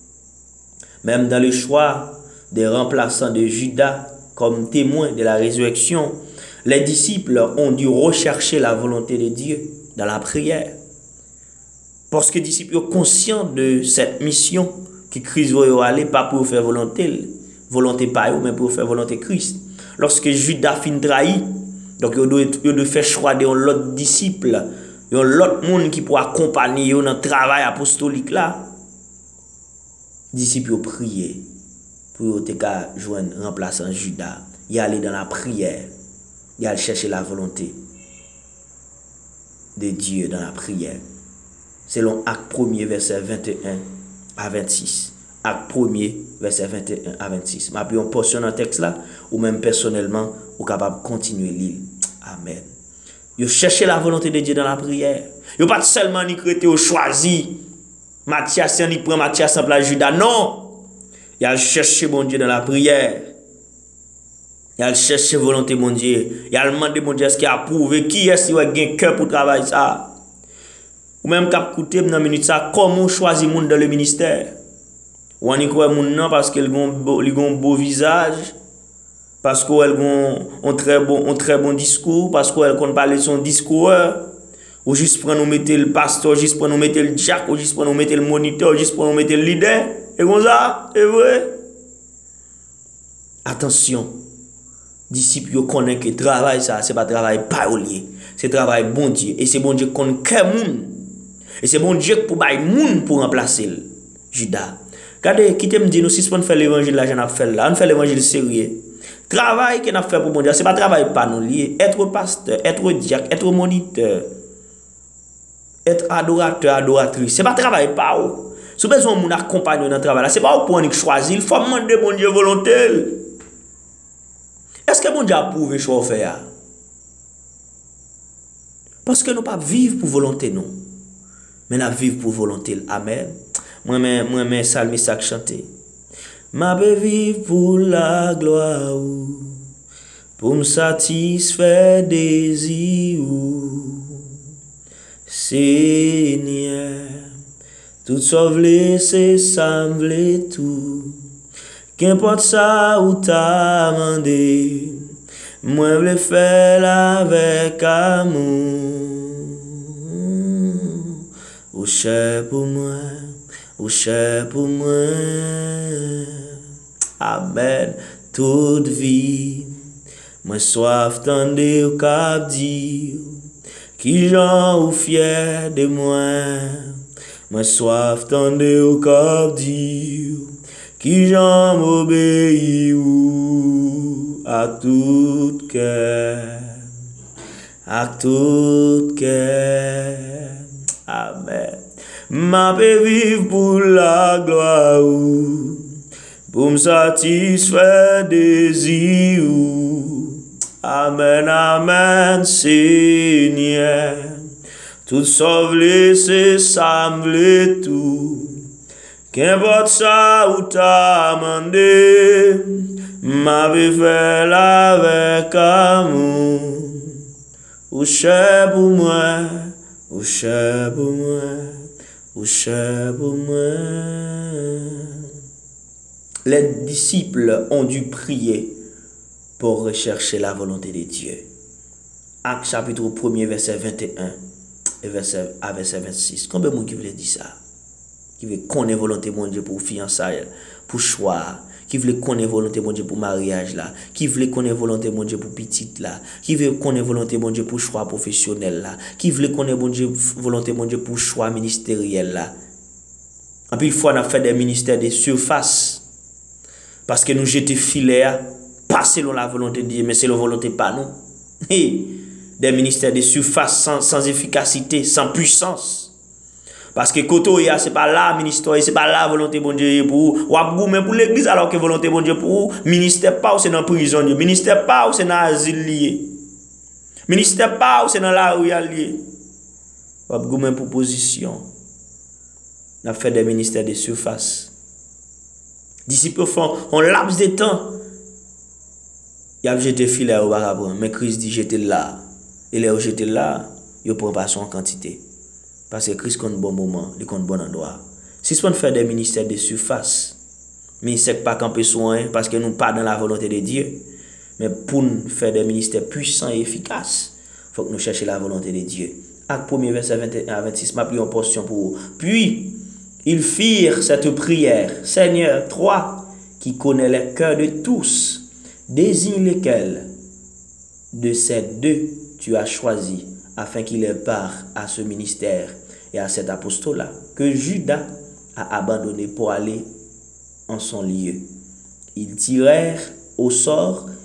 même dans le choix des remplaçants de Judas comme témoins de la résurrection, les disciples ont dû rechercher la volonté de Dieu dans la prière. Parce que les disciples sont conscients de cette mission que Christ va aller, pas pour faire volonté, volonté pas eux, mais pour faire volonté Christ. Lorsque Judas fin trahi, donc il doit faire choix de l'autre disciple, de l'autre monde qui pourra accompagner dans le travail apostolique là. Les disciples ont prié pour te joindre remplaçant Judas il est allé dans la prière. Il a cherché la volonté de Dieu dans la prière. Selon Acte premier, verset vingt et un à vingt-six. Acte premier, verset vingt et un à vingt-six. Ma puis on portion dans le texte là, ou même personnellement, ou capable de continuer l'île. Amen. Yo chercher la volonté de Dieu dans la prière. Yo pas seulement ni créé ou choisi Matthias, ni prend Matthias en place Judas. Non. Il a cherché bon Dieu dans la prière. Il a cherché volonté mon Dieu. Il a demandé mon Dieu est-ce qu'il a approuvé qui est-ce qui a un cœur pour travailler ça. Ou même cap écouter dans minute ça comment choisir monde dans le ministère. Ou on y croit monde non parce qu'il a un beau visage. Parce qu'elle a un très bon, un très bon discours, parce qu'elle compte parler son discours, ou juste pour nous mettre le pasteur, juste pour nous mettre le jack, ou juste pour nous mettre le moniteur, juste pour nous mettre le leader. Et comme ça, c'est vrai. Attention, disciples connaissent que le travail, ça, c'est pas travail parolier, c'est travail bon Dieu. Et c'est bon Dieu qu'on connaît moun. Et c'est bon Dieu pour bailler moun pour remplacer le Judas. Regardez, qui me dit, nous, si on fait l'évangile, là, j'en ai fait là, on fait l'évangile sérieux. Travail qu'on a fait pour mon Dieu, ce n'est pas travail pas nous lié. Être pasteur, être diacre, être moniteur, être adorateur, adoratrice, ce n'est pas travail pas ou. Si vous avez besoin de accompagner dans le travail, ce n'est pas pour nous choisir, il faut demander mon Dieu volonté. Est-ce que mon Dieu a prouvé ce qu'on fait? Parce que nous ne pas vivre pour volonté, non. Mais nous vivre pour volonté. Amen. Moi-même, moi-même, salmiste à chanter. Ma be vive pour la gloire, pour me satisfaire désir, Seigneur. Tout sauve laissé, ça me tout. Qu'importe ça ou t'as mandé, moi je le faire avec amour. Ou cher pour moi, ou cher pour moi. Amen. Toute vie, moi soif tendez au cap dire, qui j'en ou fier de moi. Moi soif tendez au cap dire, qui j'en m'obéit à tout cœur, à tout cœur. Amen. Ma paix vive pour la gloire, pour me satisfaire désir. Amen, amen, Seigneur. Tout sauve laissé, ça me tout. Qu'importe ça ou t'as mandé, m'avait fait avec amour. Ou cher pour moi, ou cher pour moi, ou cher pour moi. Les disciples ont dû prier pour rechercher la volonté de Dieu. Acte chapitre premier, verset vingt et un et verset, à verset vingt-six. Combien de monde qui veut dire ça? Qui veut connaître la volonté de Dieu pour fiançailles, pour choix, qui veut connaître la volonté de Dieu pour mariage là, qui veut connaître la volonté de Dieu pour petite là, qui veut connaître la volonté de Dieu pour choix professionnel là, qui veut connaître la volonté de Dieu pour choix ministériel là. Et puis, il faut on fait des ministères de surface. Parce que nous jetons filet, pas selon la volonté de Dieu, mais selon la volonté pas nous. Et des ministères de surface sans, sans efficacité, sans puissance. Parce que koto ya c'est pas là ministère, c'est pas là volonté bon Dieu pour ou abgoumen pour l'église alors que volonté bon Dieu pour ministère pas ou c'est dans prison, ministère pas ou c'est dans asile lié. Ministère pas ou c'est dans la rue lié. Ou abgoumen pour position. On a fait des ministères de surface. Disciples font un laps de temps. Il a jeté filet au barabran, mais Christ dit j'étais là. Et là où j'étais là, il prend pas son quantité. Parce que Christ compte bon moment, il compte bon endroit. Si on fait des ministères de surface, mais ce n'est pas camper soin parce que nous pas dans la volonté de Dieu. Mais pour nous faire des ministères puissants et efficaces, il faut que nous cherchions la volonté de Dieu. Acte premier, verset vingt et un à vingt-six, ma prière en portion pour vous. Puis, ils firent cette prière. Seigneur, toi qui connais les cœurs de tous, désigne lesquels de ces deux tu as choisi afin qu'il ait part à ce ministère et à cet apostolat que Judas a abandonné pour aller en son lieu. Ils tirèrent au sort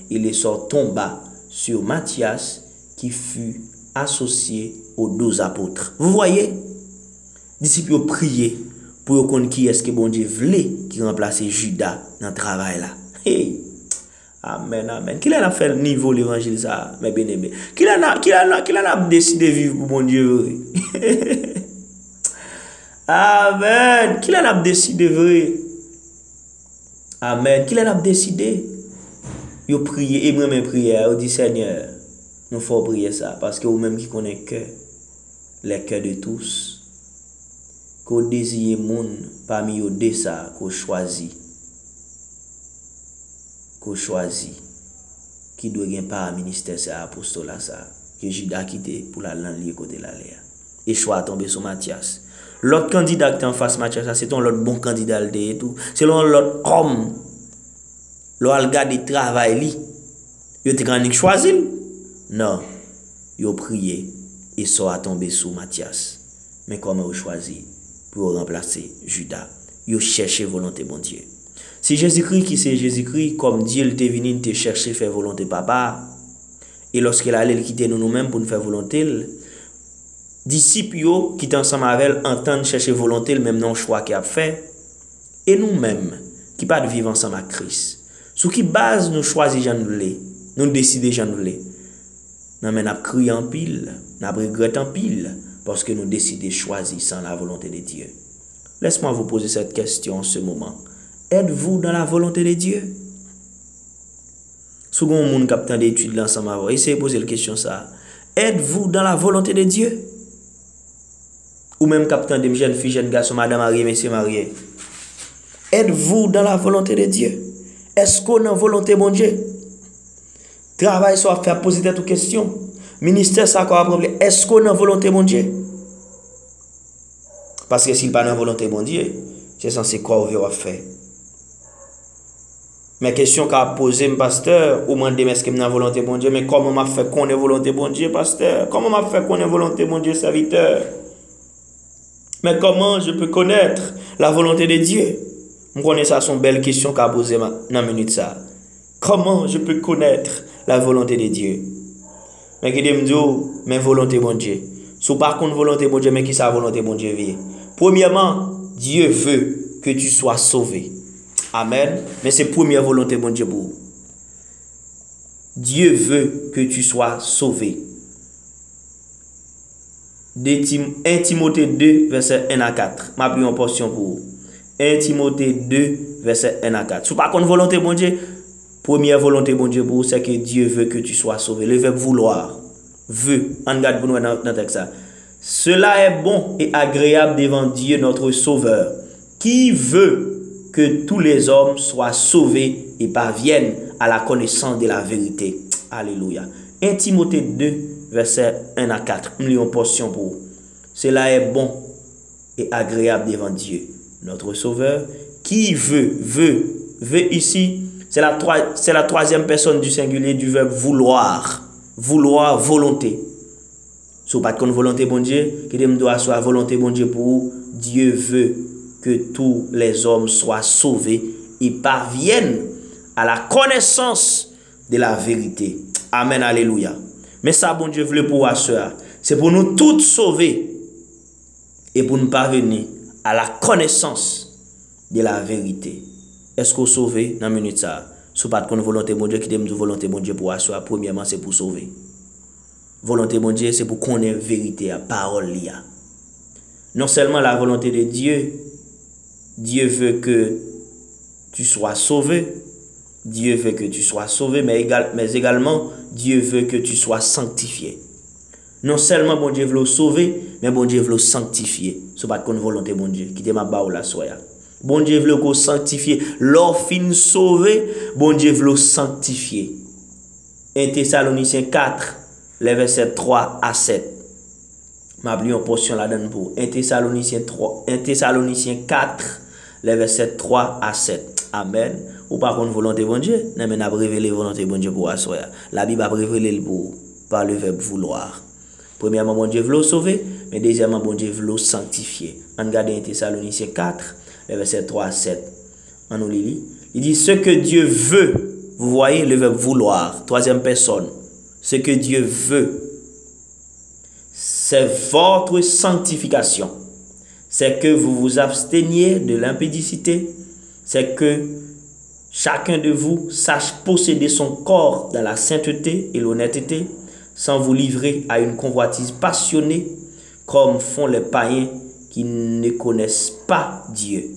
et le sort tomba sur Matthias qui fut associé aux douze apôtres. Vous voyez, disciples ont prié pour qu'on qui est-ce que bon Dieu voulait qui remplace Judas dans le travail là. Hey. Amen, amen. Qui a fait le niveau l'évangile ça, mes bien-aimés? Qui a qui a qui a décidé de vivre pour mon Dieu? Amen. Qui a décidé vrai? Amen. Qui a décidé? Yo prié et moi-même prière, yo dit Seigneur, nous faut prier ça parce que vous-même qui connaît cœur, les cœurs de tous, qu'on désire monde parmi eux de ça qu'on choisit. Qu'on choisit qui doit gagner par ministère c'est apostolat ça que Judas quitté pour la lier côté la l'air et choix tomber sur Matthias. L'autre candidat qui en face Matthias c'est ton l'autre bon candidat et tout selon l'autre homme l'autre gars de travail li yo te grand choisi non yo prié et soit tomber sur Matthias mais comment yo choisi pour remplacer Judas yo chercher volonté bon Dieu. Si Jésus-Christ qui c'est Jésus-Christ, comme Dieu le est venu te chercher faire volonté papa, et lorsqu'il allait quitter nous nous-mêmes pour nous faire volonté, disciples qui étaient ensemble avec elle entendent chercher volonté, le même non choix qu'il a fait, et nous-mêmes qui pas de vivre ensemble avec Christ. Sous qui base nous choisir Jean nous nous décider Jean nous non mais n'a crié en pile, n'a regretté en pile parce que nous décidons choisir sans la volonté de Dieu. Laisse-moi vous poser cette question en ce moment. Êtes-vous dans la volonté de Dieu? Second monde capitaine d'études l'ensemble avant, essayez de poser la question ça. Êtes-vous dans la volonté de Dieu? Ou même capitaine de jeunes filles, jeunes garçons, madame mariée, monsieur marié. Êtes-vous dans la volonté de Dieu? Est-ce qu'on est dans la volonté de Dieu? Travail soit faire poser cette question. Ministère ça quoi problème? Est-ce qu'on est dans la volonté de Dieu? Parce que s'il n'est pas dans la volonté de Dieu, c'est censé quoi on va faire. Mais question qu'a posé mon pasteur, ou demandé est-ce que je suis volonté bon Dieu, mais comment m'a fait qu'on est volonté bon Dieu, pasteur? Comment m'a fait qu'on est volonté bon Dieu, serviteur? Mais comment je peux connaître la volonté de Dieu? Je connais ça, c'est une belle question qu'a posé dans la minute ça. Comment je peux connaître la volonté de Dieu? Mais qui me dit, mais volonté bon Dieu. Si par contre volonté bon Dieu, mais qui sa volonté bon Dieu vient? Premièrement, Dieu veut que tu sois sauvé. Amen. Mais c'est première volonté bon Dieu pour vous. Dieu veut que tu sois sauvé. un Timothée deux, verset un à quatre. Ma plus en portion pour vous. un Timothée deux, verset un à quatre. Si par contre volonté bon Dieu, première volonté bon Dieu pour vous, c'est que Dieu veut que tu sois sauvé. Le verbe vouloir. Veut. En garde pour nous dans le texte. Cela est bon et agréable devant Dieu notre Sauveur, qui veut que tous les hommes soient sauvés et parviennent à la connaissance de la vérité. Alléluia. un Timothée deux, verset un à quatre. Nous lisons portion pour vous. Cela est bon et agréable devant Dieu, notre Sauveur, qui veut, veut, veut ici, c'est la, c'est la troisième personne du singulier du verbe vouloir. Vouloir, volonté. Si vous n'avez pas de volonté, bon Dieu, qui doit soit volonté, bon Dieu, pour vous, Dieu veut que tous les hommes soient sauvés et parviennent à la connaissance de la vérité. Amen, alléluia. Mais ça, bon Dieu, veut pour vous, soeur, c'est pour nous tous sauver et pour nous parvenir à la connaissance de la vérité. Est-ce que vous sauvez dans la minute ça? Si vous n'avez pas de volonté, bon Dieu, qui dit volonté, bon Dieu, pour vous, soeur, premièrement, c'est pour sauver. Volonté, bon Dieu, c'est pour qu'on ait vérité, la parole. Non seulement la volonté de Dieu, Dieu veut que tu sois sauvé. Dieu veut que tu sois sauvé, mais, égal, mais également, Dieu veut que tu sois sanctifié. Non seulement bon Dieu veut le sauver, mais bon Dieu veut le sanctifier. Ce n'est pas une volonté, bon Dieu, qui te m'a baou la soya. Bon Dieu veut le sanctifier. L'orphine sauvé, bon Dieu veut le sanctifier. un Thessaloniciens quatre, les versets trois à sept. Ma pris en portion là-dedans pour un Thessaloniciens trois, un Thessaloniciens quatre, les versets trois à sept. Amen. Ou par contre volonté bon Dieu, mais n'a révélé volonté bon Dieu pour assoir. La Bible a révélé pour par le verbe vouloir. Premièrement, bon Dieu veut le sauver, mais deuxièmement, bon Dieu veut le sanctifier. En regardant un Thessaloniciens quatre, les versets trois à sept. En nous lit, il dit ce que Dieu veut vous voyez le verbe vouloir, troisième personne. Ce que Dieu veut, c'est votre sanctification. C'est que vous vous absteniez de l'impudicité. C'est que chacun de vous sache posséder son corps dans la sainteté et l'honnêteté, sans vous livrer à une convoitise passionnée, comme font les païens qui ne connaissent pas Dieu.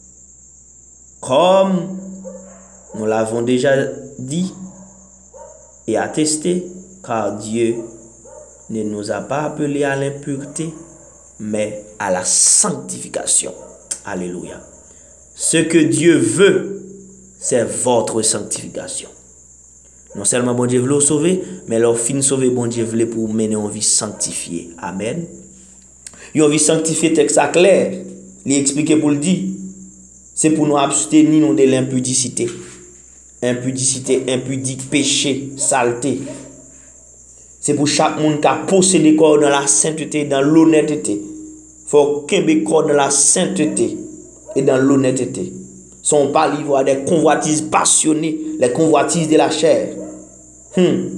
Comme nous l'avons déjà dit et attesté, car Dieu ne nous a pas appelés à l'impureté, mais à la sanctification. Alléluia. Ce que Dieu veut, c'est votre sanctification. Non seulement bon Dieu veut le sauver, mais leur fin sauver bon Dieu veut pour mener une vie sanctifiée. Amen. Une vie sanctifiée, texte clair, il explique pour le dire, c'est pour nous abstenir de l'impudicité. Impudicité, impudique, péché, saleté. C'est pour chaque monde qui a possédé corps dans la sainteté, dans l'honnêteté. Il faut qu'il y ait corps dans la sainteté et dans l'honnêteté. Son pas livré à des convoitises passionnées, les convoitises de la chair. Hmm.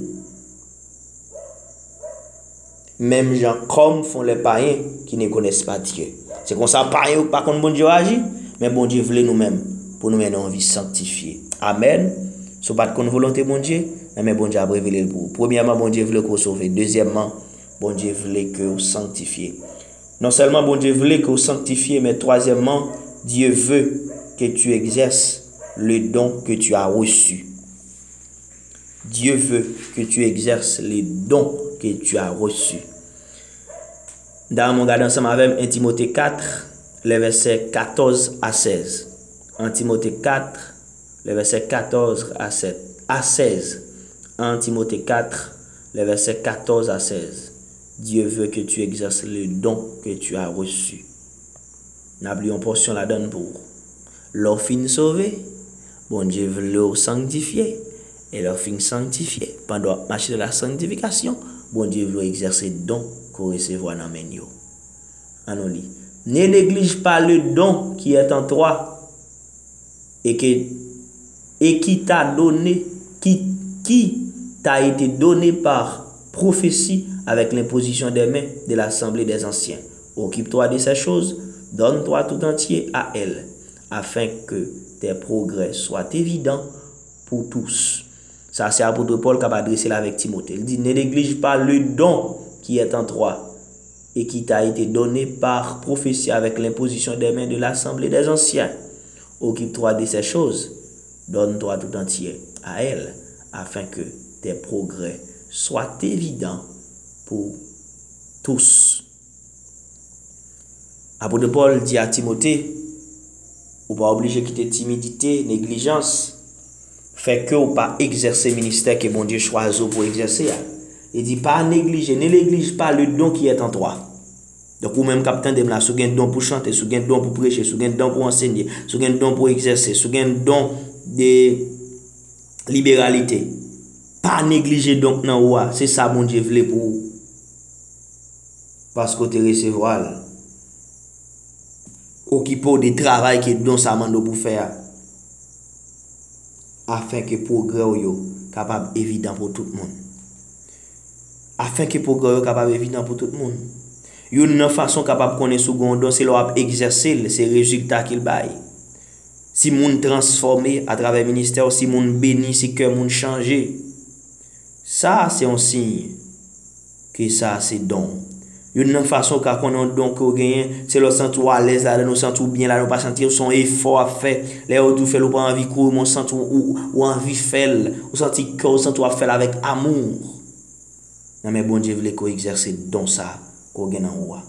Même gens comme font les païens qui ne connaissent pas Dieu. C'est comme ça, païens, par contre, bon Dieu agit, mais bon Dieu voulait nous-mêmes pour nous mener en vie sanctifiée. Amen. Ce n'est pas de volonté, bon Dieu, mais bon Dieu a révélé le pour. Premièrement, bon Dieu voulait qu'on sauve. Deuxièmement, bon Dieu voulait que vous sanctifiez. Non seulement bon Dieu voulait que vous sanctifiez, mais troisièmement, Dieu veut que tu exerces le don que tu as reçu. Dieu veut que tu exerces les dons que tu as reçus. Dans mon garde ensemble avec un Timothée quatre, les versets quatorze à seize. un Timothée quatre, les versets quatorze à sept, à seize. un Timothée quatre, les versets quatorze à seize. Dieu veut que tu exerces le don que tu as reçu. N'oublions pas portion la donne pour leur fin sauvé. Bon Dieu veut leur sanctifier. Et leur fin sanctifié. Pendant marcher de la sanctification, bon Dieu veut exercer le don qu'on recevra dans les mains. En lit. Ne néglige pas le don qui est en toi et, que, et qui t'a donné, qui, qui t'a été donné par prophétie avec l'imposition des mains de l'Assemblée des Anciens. Occupe-toi de ces choses, donne-toi tout entier à elle, afin que tes progrès soient évidents pour tous. Ça, c'est l'apôtre Paul qui a adressé là avec Timothée. Il dit, ne néglige pas le don qui est en toi et qui t'a été donné par prophétie avec l'imposition des mains de l'Assemblée des Anciens. Occupe-toi de ces choses, donne-toi tout entier à elle, afin que tes progrès soient évidents pour tous. L'apôtre Paul dit à Timothée, ou pas obligé de quitter timidité, négligence, fait que ou pas exercer le ministère que mon Dieu choisit pour exercer. Il dit pas négliger, ne néglige pas le don qui est en toi. Donc ou même capitaine de là, si un don pour chanter, si un don pour prêcher, si un don pour enseigner, si un don pour exercer, si un don de libéralité. Pas négliger donc non ouais, c'est ça mon Dieu voulait pour parce que tu recevoir occuper des travail que don ça mando pour faire afin que progrès yo capable évident pour tout le monde. Afin que progrès yo capable évident pour tout le monde. Une façon capable connaître sous don c'est leur exercer ces résultats qu'il baille. Si moun transformé à travers le ministère, si moun béni, si cœur moun changé. Ça c'est un signe que ça c'est don. Une façon qu'a qu'on a don que gagne, c'est le sentir à l'aise là, nous sentir bien là, nous pas sentir son effort à faire. Les autres fait ou pas envie courir, mon sentir ou ou envie faire, ou sentir que sentir à faire avec amour. Non mais bon Dieu voulait qu'on exerce don ça qu'on gagne en roi.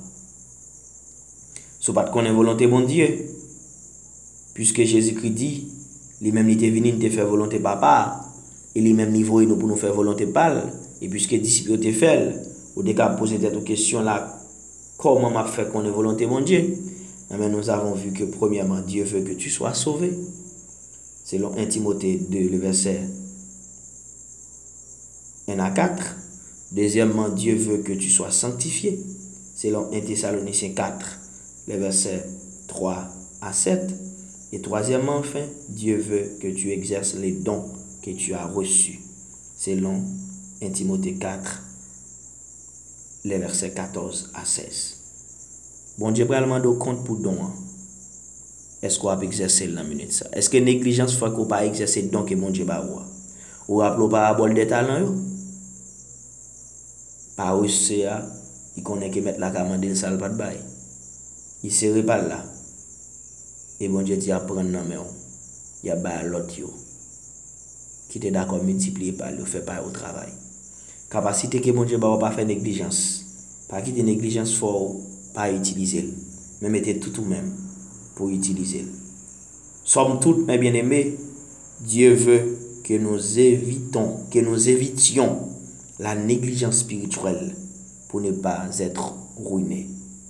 So pas qu'on ait volonté bon Dieu. Puisque Jésus-Christ dit, les mêmes n'étaient venus te faire volonté papa, et les mêmes niveaux nous pour nous faire volonté pâle, et puisque les disciples te fait, au dès qu'à poser cette question là, comment m'a fait qu'on ait volonté mon Dieu? Mais nous avons vu que premièrement, Dieu veut que tu sois sauvé. Selon un Timothée deux, le verset un à quatre. Deuxièmement, Dieu veut que tu sois sanctifié. Selon un Thessaloniciens quatre, le verset trois à sept. Et troisièmement, enfin, Dieu veut que tu exerces les dons que tu as reçu. Selon un Timothée quatre, les versets quatorze à seize. Bon Dieu, probablement de compte pour don. Est-ce qu'on a exercé la minute ça? Est-ce que négligence fait qu'on pas exercer don que bon Dieu va voir? Ou rappelez parabole des talents yo? Pas aussi il connaît que mettre la commande une salle pas de bail. Il serait pas là. Et bon Dieu dit à prendre dans main. Il y a ba l'autre yo. Qui était d'accord multiplier par le fait pas au travail. Capacité que bon Dieu va pas faire négligence. Pas quitter négligence fort pas utiliser. Mais mettez tout tout même pour utiliser. Somme toute mes bien-aimés, Dieu veut que nous évitons, que nous évitions la négligence spirituelle pour ne pas être ruinés.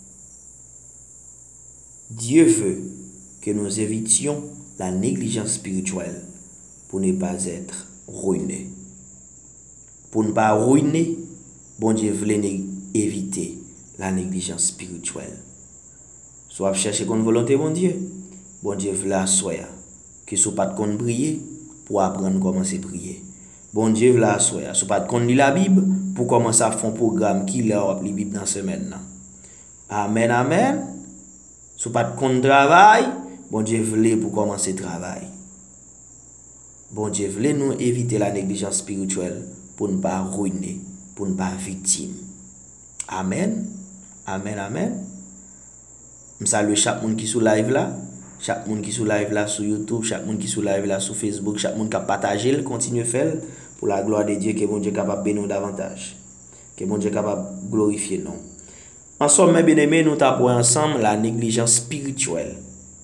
Dieu veut que nous évitions la négligence spirituelle pour ne pas être ruinés. Pour ne pas ruiner, bon Dieu voulait éviter la négligence spirituelle. Soit chercher une volonté, bon Dieu. Bon Dieu voulait assoyer que ce pas de qu'on prier pour apprendre comment c'est prier. Bon Dieu voulait assoyer ce pas de qu'on lit la Bible pour commencer à faire un programme qui leur la Bible dans semaine. Amen, amen. Ce pas de qu'on travail, bon Dieu voulait pour commencer le travail. Bon Dieu voulait nous éviter la négligence spirituelle pour ne pas ruiner, pour ne pas victime. Amen. Amen, amen. Je salue chaque monde qui est sur live là, chaque monde qui est sur live là sur YouTube, chaque monde qui est sur live là sur Facebook, chaque monde qui a partagé, continue à faire pour la gloire de Dieu, que bon Dieu est capable de bénir davantage, que bon Dieu est capable de glorifier nous. En somme, mes bien-aimés, nous tapons ensemble la négligence spirituelle.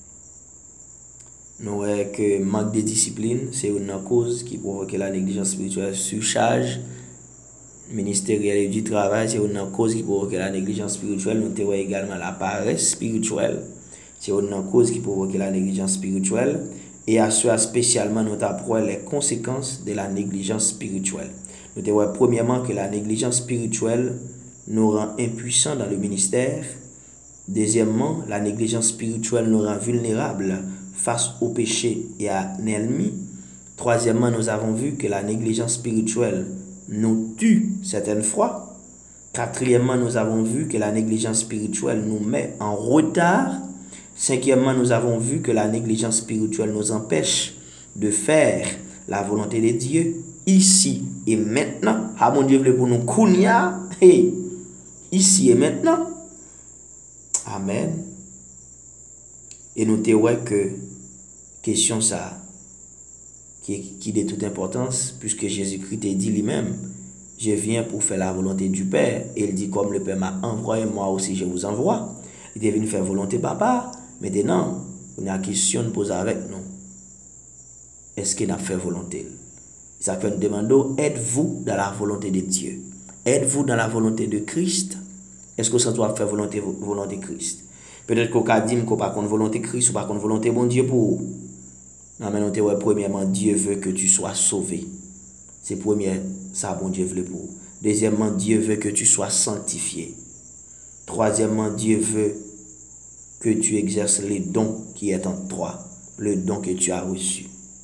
Nous voyons que manque de discipline, c'est une cause qui provoque la négligence spirituelle. Surcharge ministérielle et du travail, c'est une cause qui provoque la négligence spirituelle. Nous voyons également la paresse spirituelle, c'est une cause qui provoque la négligence spirituelle. Et à cela spécialement, nous apprenons les conséquences de la négligence spirituelle. Nous voyons premièrement que la négligence spirituelle nous rend impuissants dans le ministère. Deuxièmement, la négligence spirituelle nous rend vulnérables face au péché et à l'ennemi. Troisièmement, nous avons vu que la négligence spirituelle nous tue certaines fois. Quatrièmement, nous avons vu que la négligence spirituelle nous met en retard. Cinquièmement, nous avons vu que la négligence spirituelle nous empêche de faire la volonté de Dieu ici et maintenant. Ah mon Dieu, pour nous kounia, hey, ici et maintenant. Amen. Et nous te ouais que question ça qui, qui est de toute importance, puisque Jésus-Christ a dit lui-même, je viens pour faire la volonté du Père. Et il dit, comme le Père m'a envoyé, moi aussi je vous envoie. Il est venu faire volonté papa. Maintenant, on a une question de poser avec nous. Est-ce qu'il a fait volonté? Ça fait une demande, êtes-vous dans la volonté de Dieu? Êtes-vous dans la volonté de Christ? Est-ce que ça doit faire volonté volonté Christ? Peut-être qu'on a dit qu'on n'a pas de volonté Christ ou pas de volonté bon Dieu pour. Non, mais nous ouais, premièrement, Dieu veut que tu sois sauvé. C'est premier, ça bon Dieu veut pour. Deuxièmement, Dieu veut que tu sois sanctifié. Troisièmement, Dieu veut que tu exerces les dons qui est en toi, le don que tu as reçu.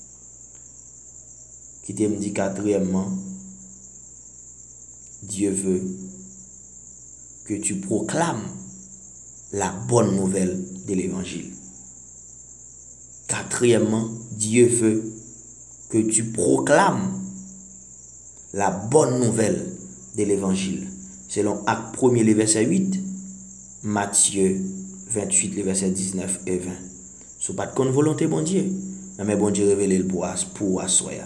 Qui te me dit quatrièmement, Dieu veut que tu proclames la bonne nouvelle de l'évangile. Quatrièmement, Dieu veut que tu proclames la bonne nouvelle de l'évangile. Selon Acte premier, le verset huit, Matthieu vingt-huit, le verset dix-neuf et vingt. Ce n'est pas de volonté, bon Dieu, mais bon Dieu révèle le pour pour assoya.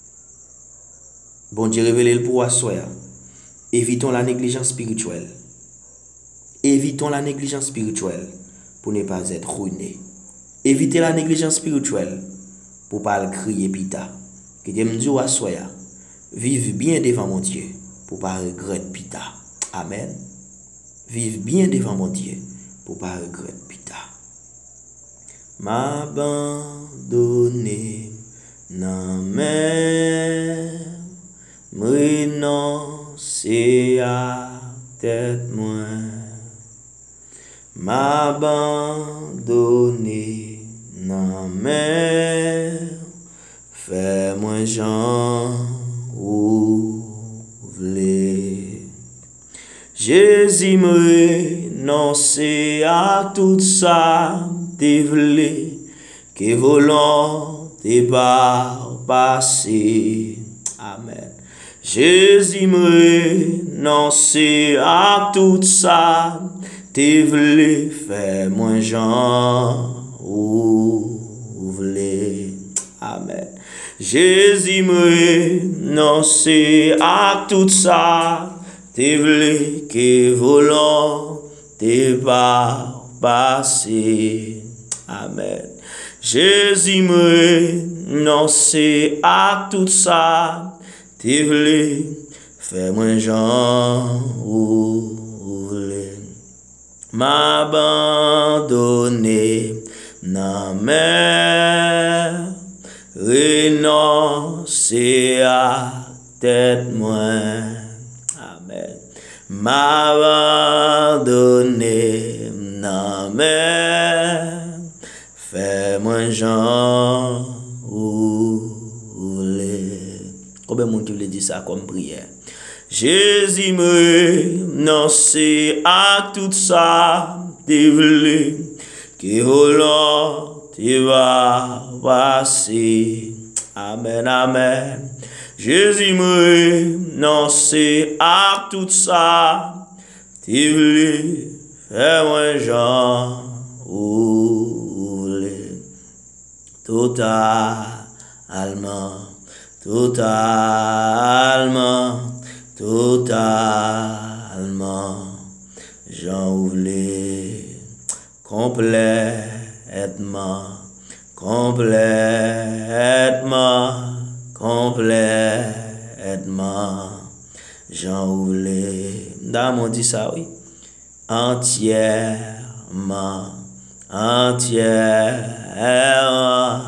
Bon Dieu révèle le pour assoya. Évitons la négligence spirituelle. Évitons la négligence spirituelle pour ne pas être ruinés. Évitez la négligence spirituelle pour ne pas crier pita. Que Dieu me dise à soya. Vive bien devant mon Dieu pour ne pas regretter pita. Amen. Vive bien devant mon Dieu pour ne pas regretter pita. M'abandonner non mais renoncer à tête moi. M'abandonner non mais fais-moi Jean ou vle. Jésus me renonce à tout ça, te vle, que volonté par passé. Amen. Jésus me renonce à tout ça, te vle, fais-moi Jean ou vle. Amen. Jésus me renonce à tout ça, te vle, que volonté par passé. Amen. Jésus me renonce à tout ça, te vle, fais-moi Jean ou vle. M'abandonner nan mer, renoncer à tête moi. Amen. M'abandonner nan mer, fais-moi Jean ou vle. Combien de monde qui veut dire ça comme prière? Jésus me renonce à tout ça, te vle, que volonté va passer. Amen, amen. Jésus me renonce à tout ça, te vle, fais-moi Jean ou vle. Totalement, totalement, totalement, Jean ou vle. Complètement, complètement, complètement, Jean ou vle. Dans dit ça, oui. Entièrement, entièrement,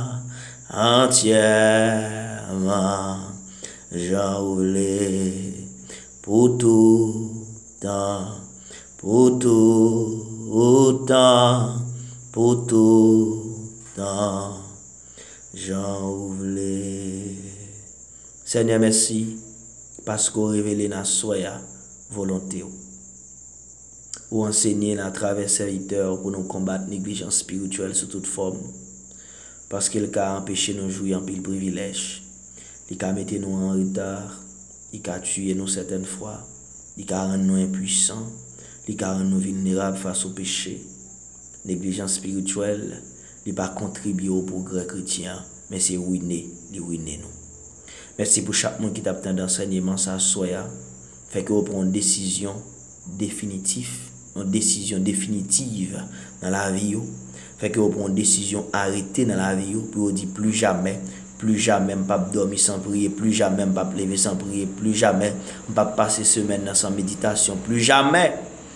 entièrement, Jean ou vle. Pour tout temps, pour tout temps, pour tout temps, Jean ou vle. Seigneur, merci parce qu'on révèle dans soya volonté ou enseigner à travers serviteurs pour nous combattre négligence spirituelle sous toute forme, parce qu'il a empêché nous jouer en pile privilège, il a mis nous en retard, il a tué nous certaines fois, il a rendu nous impuissants, il a rendu nous vulnérables face au péché. Négligence spirituelle, il n'a pas contribué au progrès chrétien, mais c'est ruiné, il ruiné nous. Merci pour chaque monde qui t'a obtenu d'enseignement, ça soya, fait que vous prenez une décision définitive, une décision définitive dans la vie, fait que vous prenez une décision arrêtée dans la vie, puis vous dites plus jamais, plus jamais, pas dormir sans prier, plus jamais, pas lever sans prier, plus jamais, pas passer semaine sans méditation, plus jamais,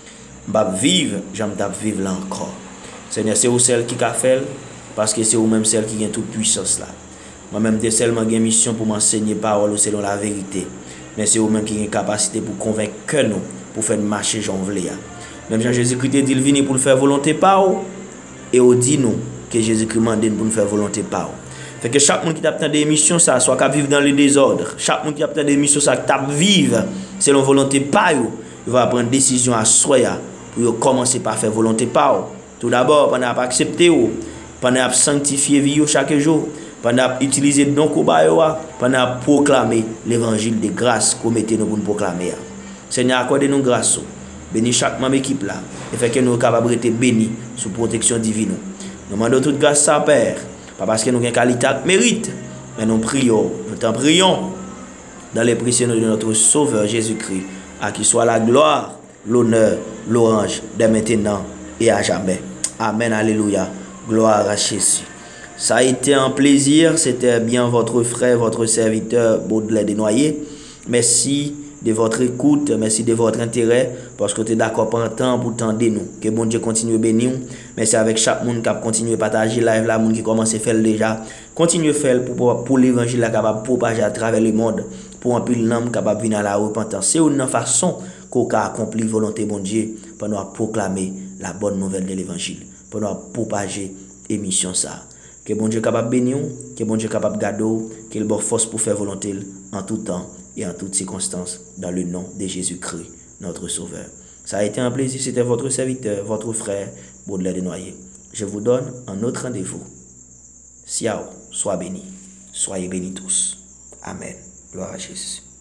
pas vivre, j'aime vivre là encore. Seigneur, c'est vous celle qui a fait, parce que c'est vous même celle qui a toute puissance là. Moi-même, j'ai seulement une mission pour m'enseigner parole selon la vérité. Mais c'est vous-même qui avez une capacité pour convaincre que nous, pour faire marcher Jean Vléa. Même Jean Jésus-Christ dit qu'il vient pour faire volonté par vous. Et on dit nous que Jésus-Christ m'a dit pour nous faire volonté par vous. Fait que chaque monde qui a des missions, ça, soit qui vivre dans le désordre, chaque monde qui a des missions, ça, qui vivre selon volonté par vous, il va prendre décision à soi pour commencer par faire volonté par vous. Tout d'abord, pendant à accepter vous, pendant à sanctifier vie chaque jour, pendant à utiliser nos cobayos, pendant à proclamer l'évangile de grâce qu'on mette nous pour nous proclamer. Seigneur, accordez-nous grâce. Bénis chaque membre équipe là. Et fait que nous sommes capables d'être bénis sous protection divine. Nous demandons toute grâce à Père. Pas parce que nous avons une qualité et mérite. Mais nous prions. Nous t'en prions. Dans les précieux noms de notre Sauveur Jésus-Christ. À qui soit la gloire, l'honneur, l'orange, dès maintenant et à jamais. Amen. Alléluia. Gloire à Jésus. Ça a été un plaisir. C'était bien votre frère, votre serviteur Baudelaire Desnoyers. Merci de votre écoute, merci de votre intérêt, parce que vous êtes d'accord pour un temps pour tendre nous. Que bon Dieu continue à bénir. Merci avec chaque monde qui a continué à partager live, la monde qui commence à faire déjà. Continuez à faire pour, pour l'évangile capable de propager à travers le monde, pour un pile d'âme capable de venir à la repentance. C'est une façon qu'on a accompli la volonté de bon Dieu pour nous proclamer la bonne nouvelle de l'évangile, pour nous propager l'émission ça. Que bon Dieu capable bénir, que bon Dieu capable garder, qu'il bonne force pour faire volonté en tout temps et en toutes circonstances, dans le nom de Jésus-Christ, notre Sauveur. Ça a été un plaisir, c'était votre serviteur, votre frère, Baudelaire Desnoyers. Je vous donne un autre rendez-vous. Ciao, sois bénis, soyez bénis tous. Amen. Gloire à Jésus.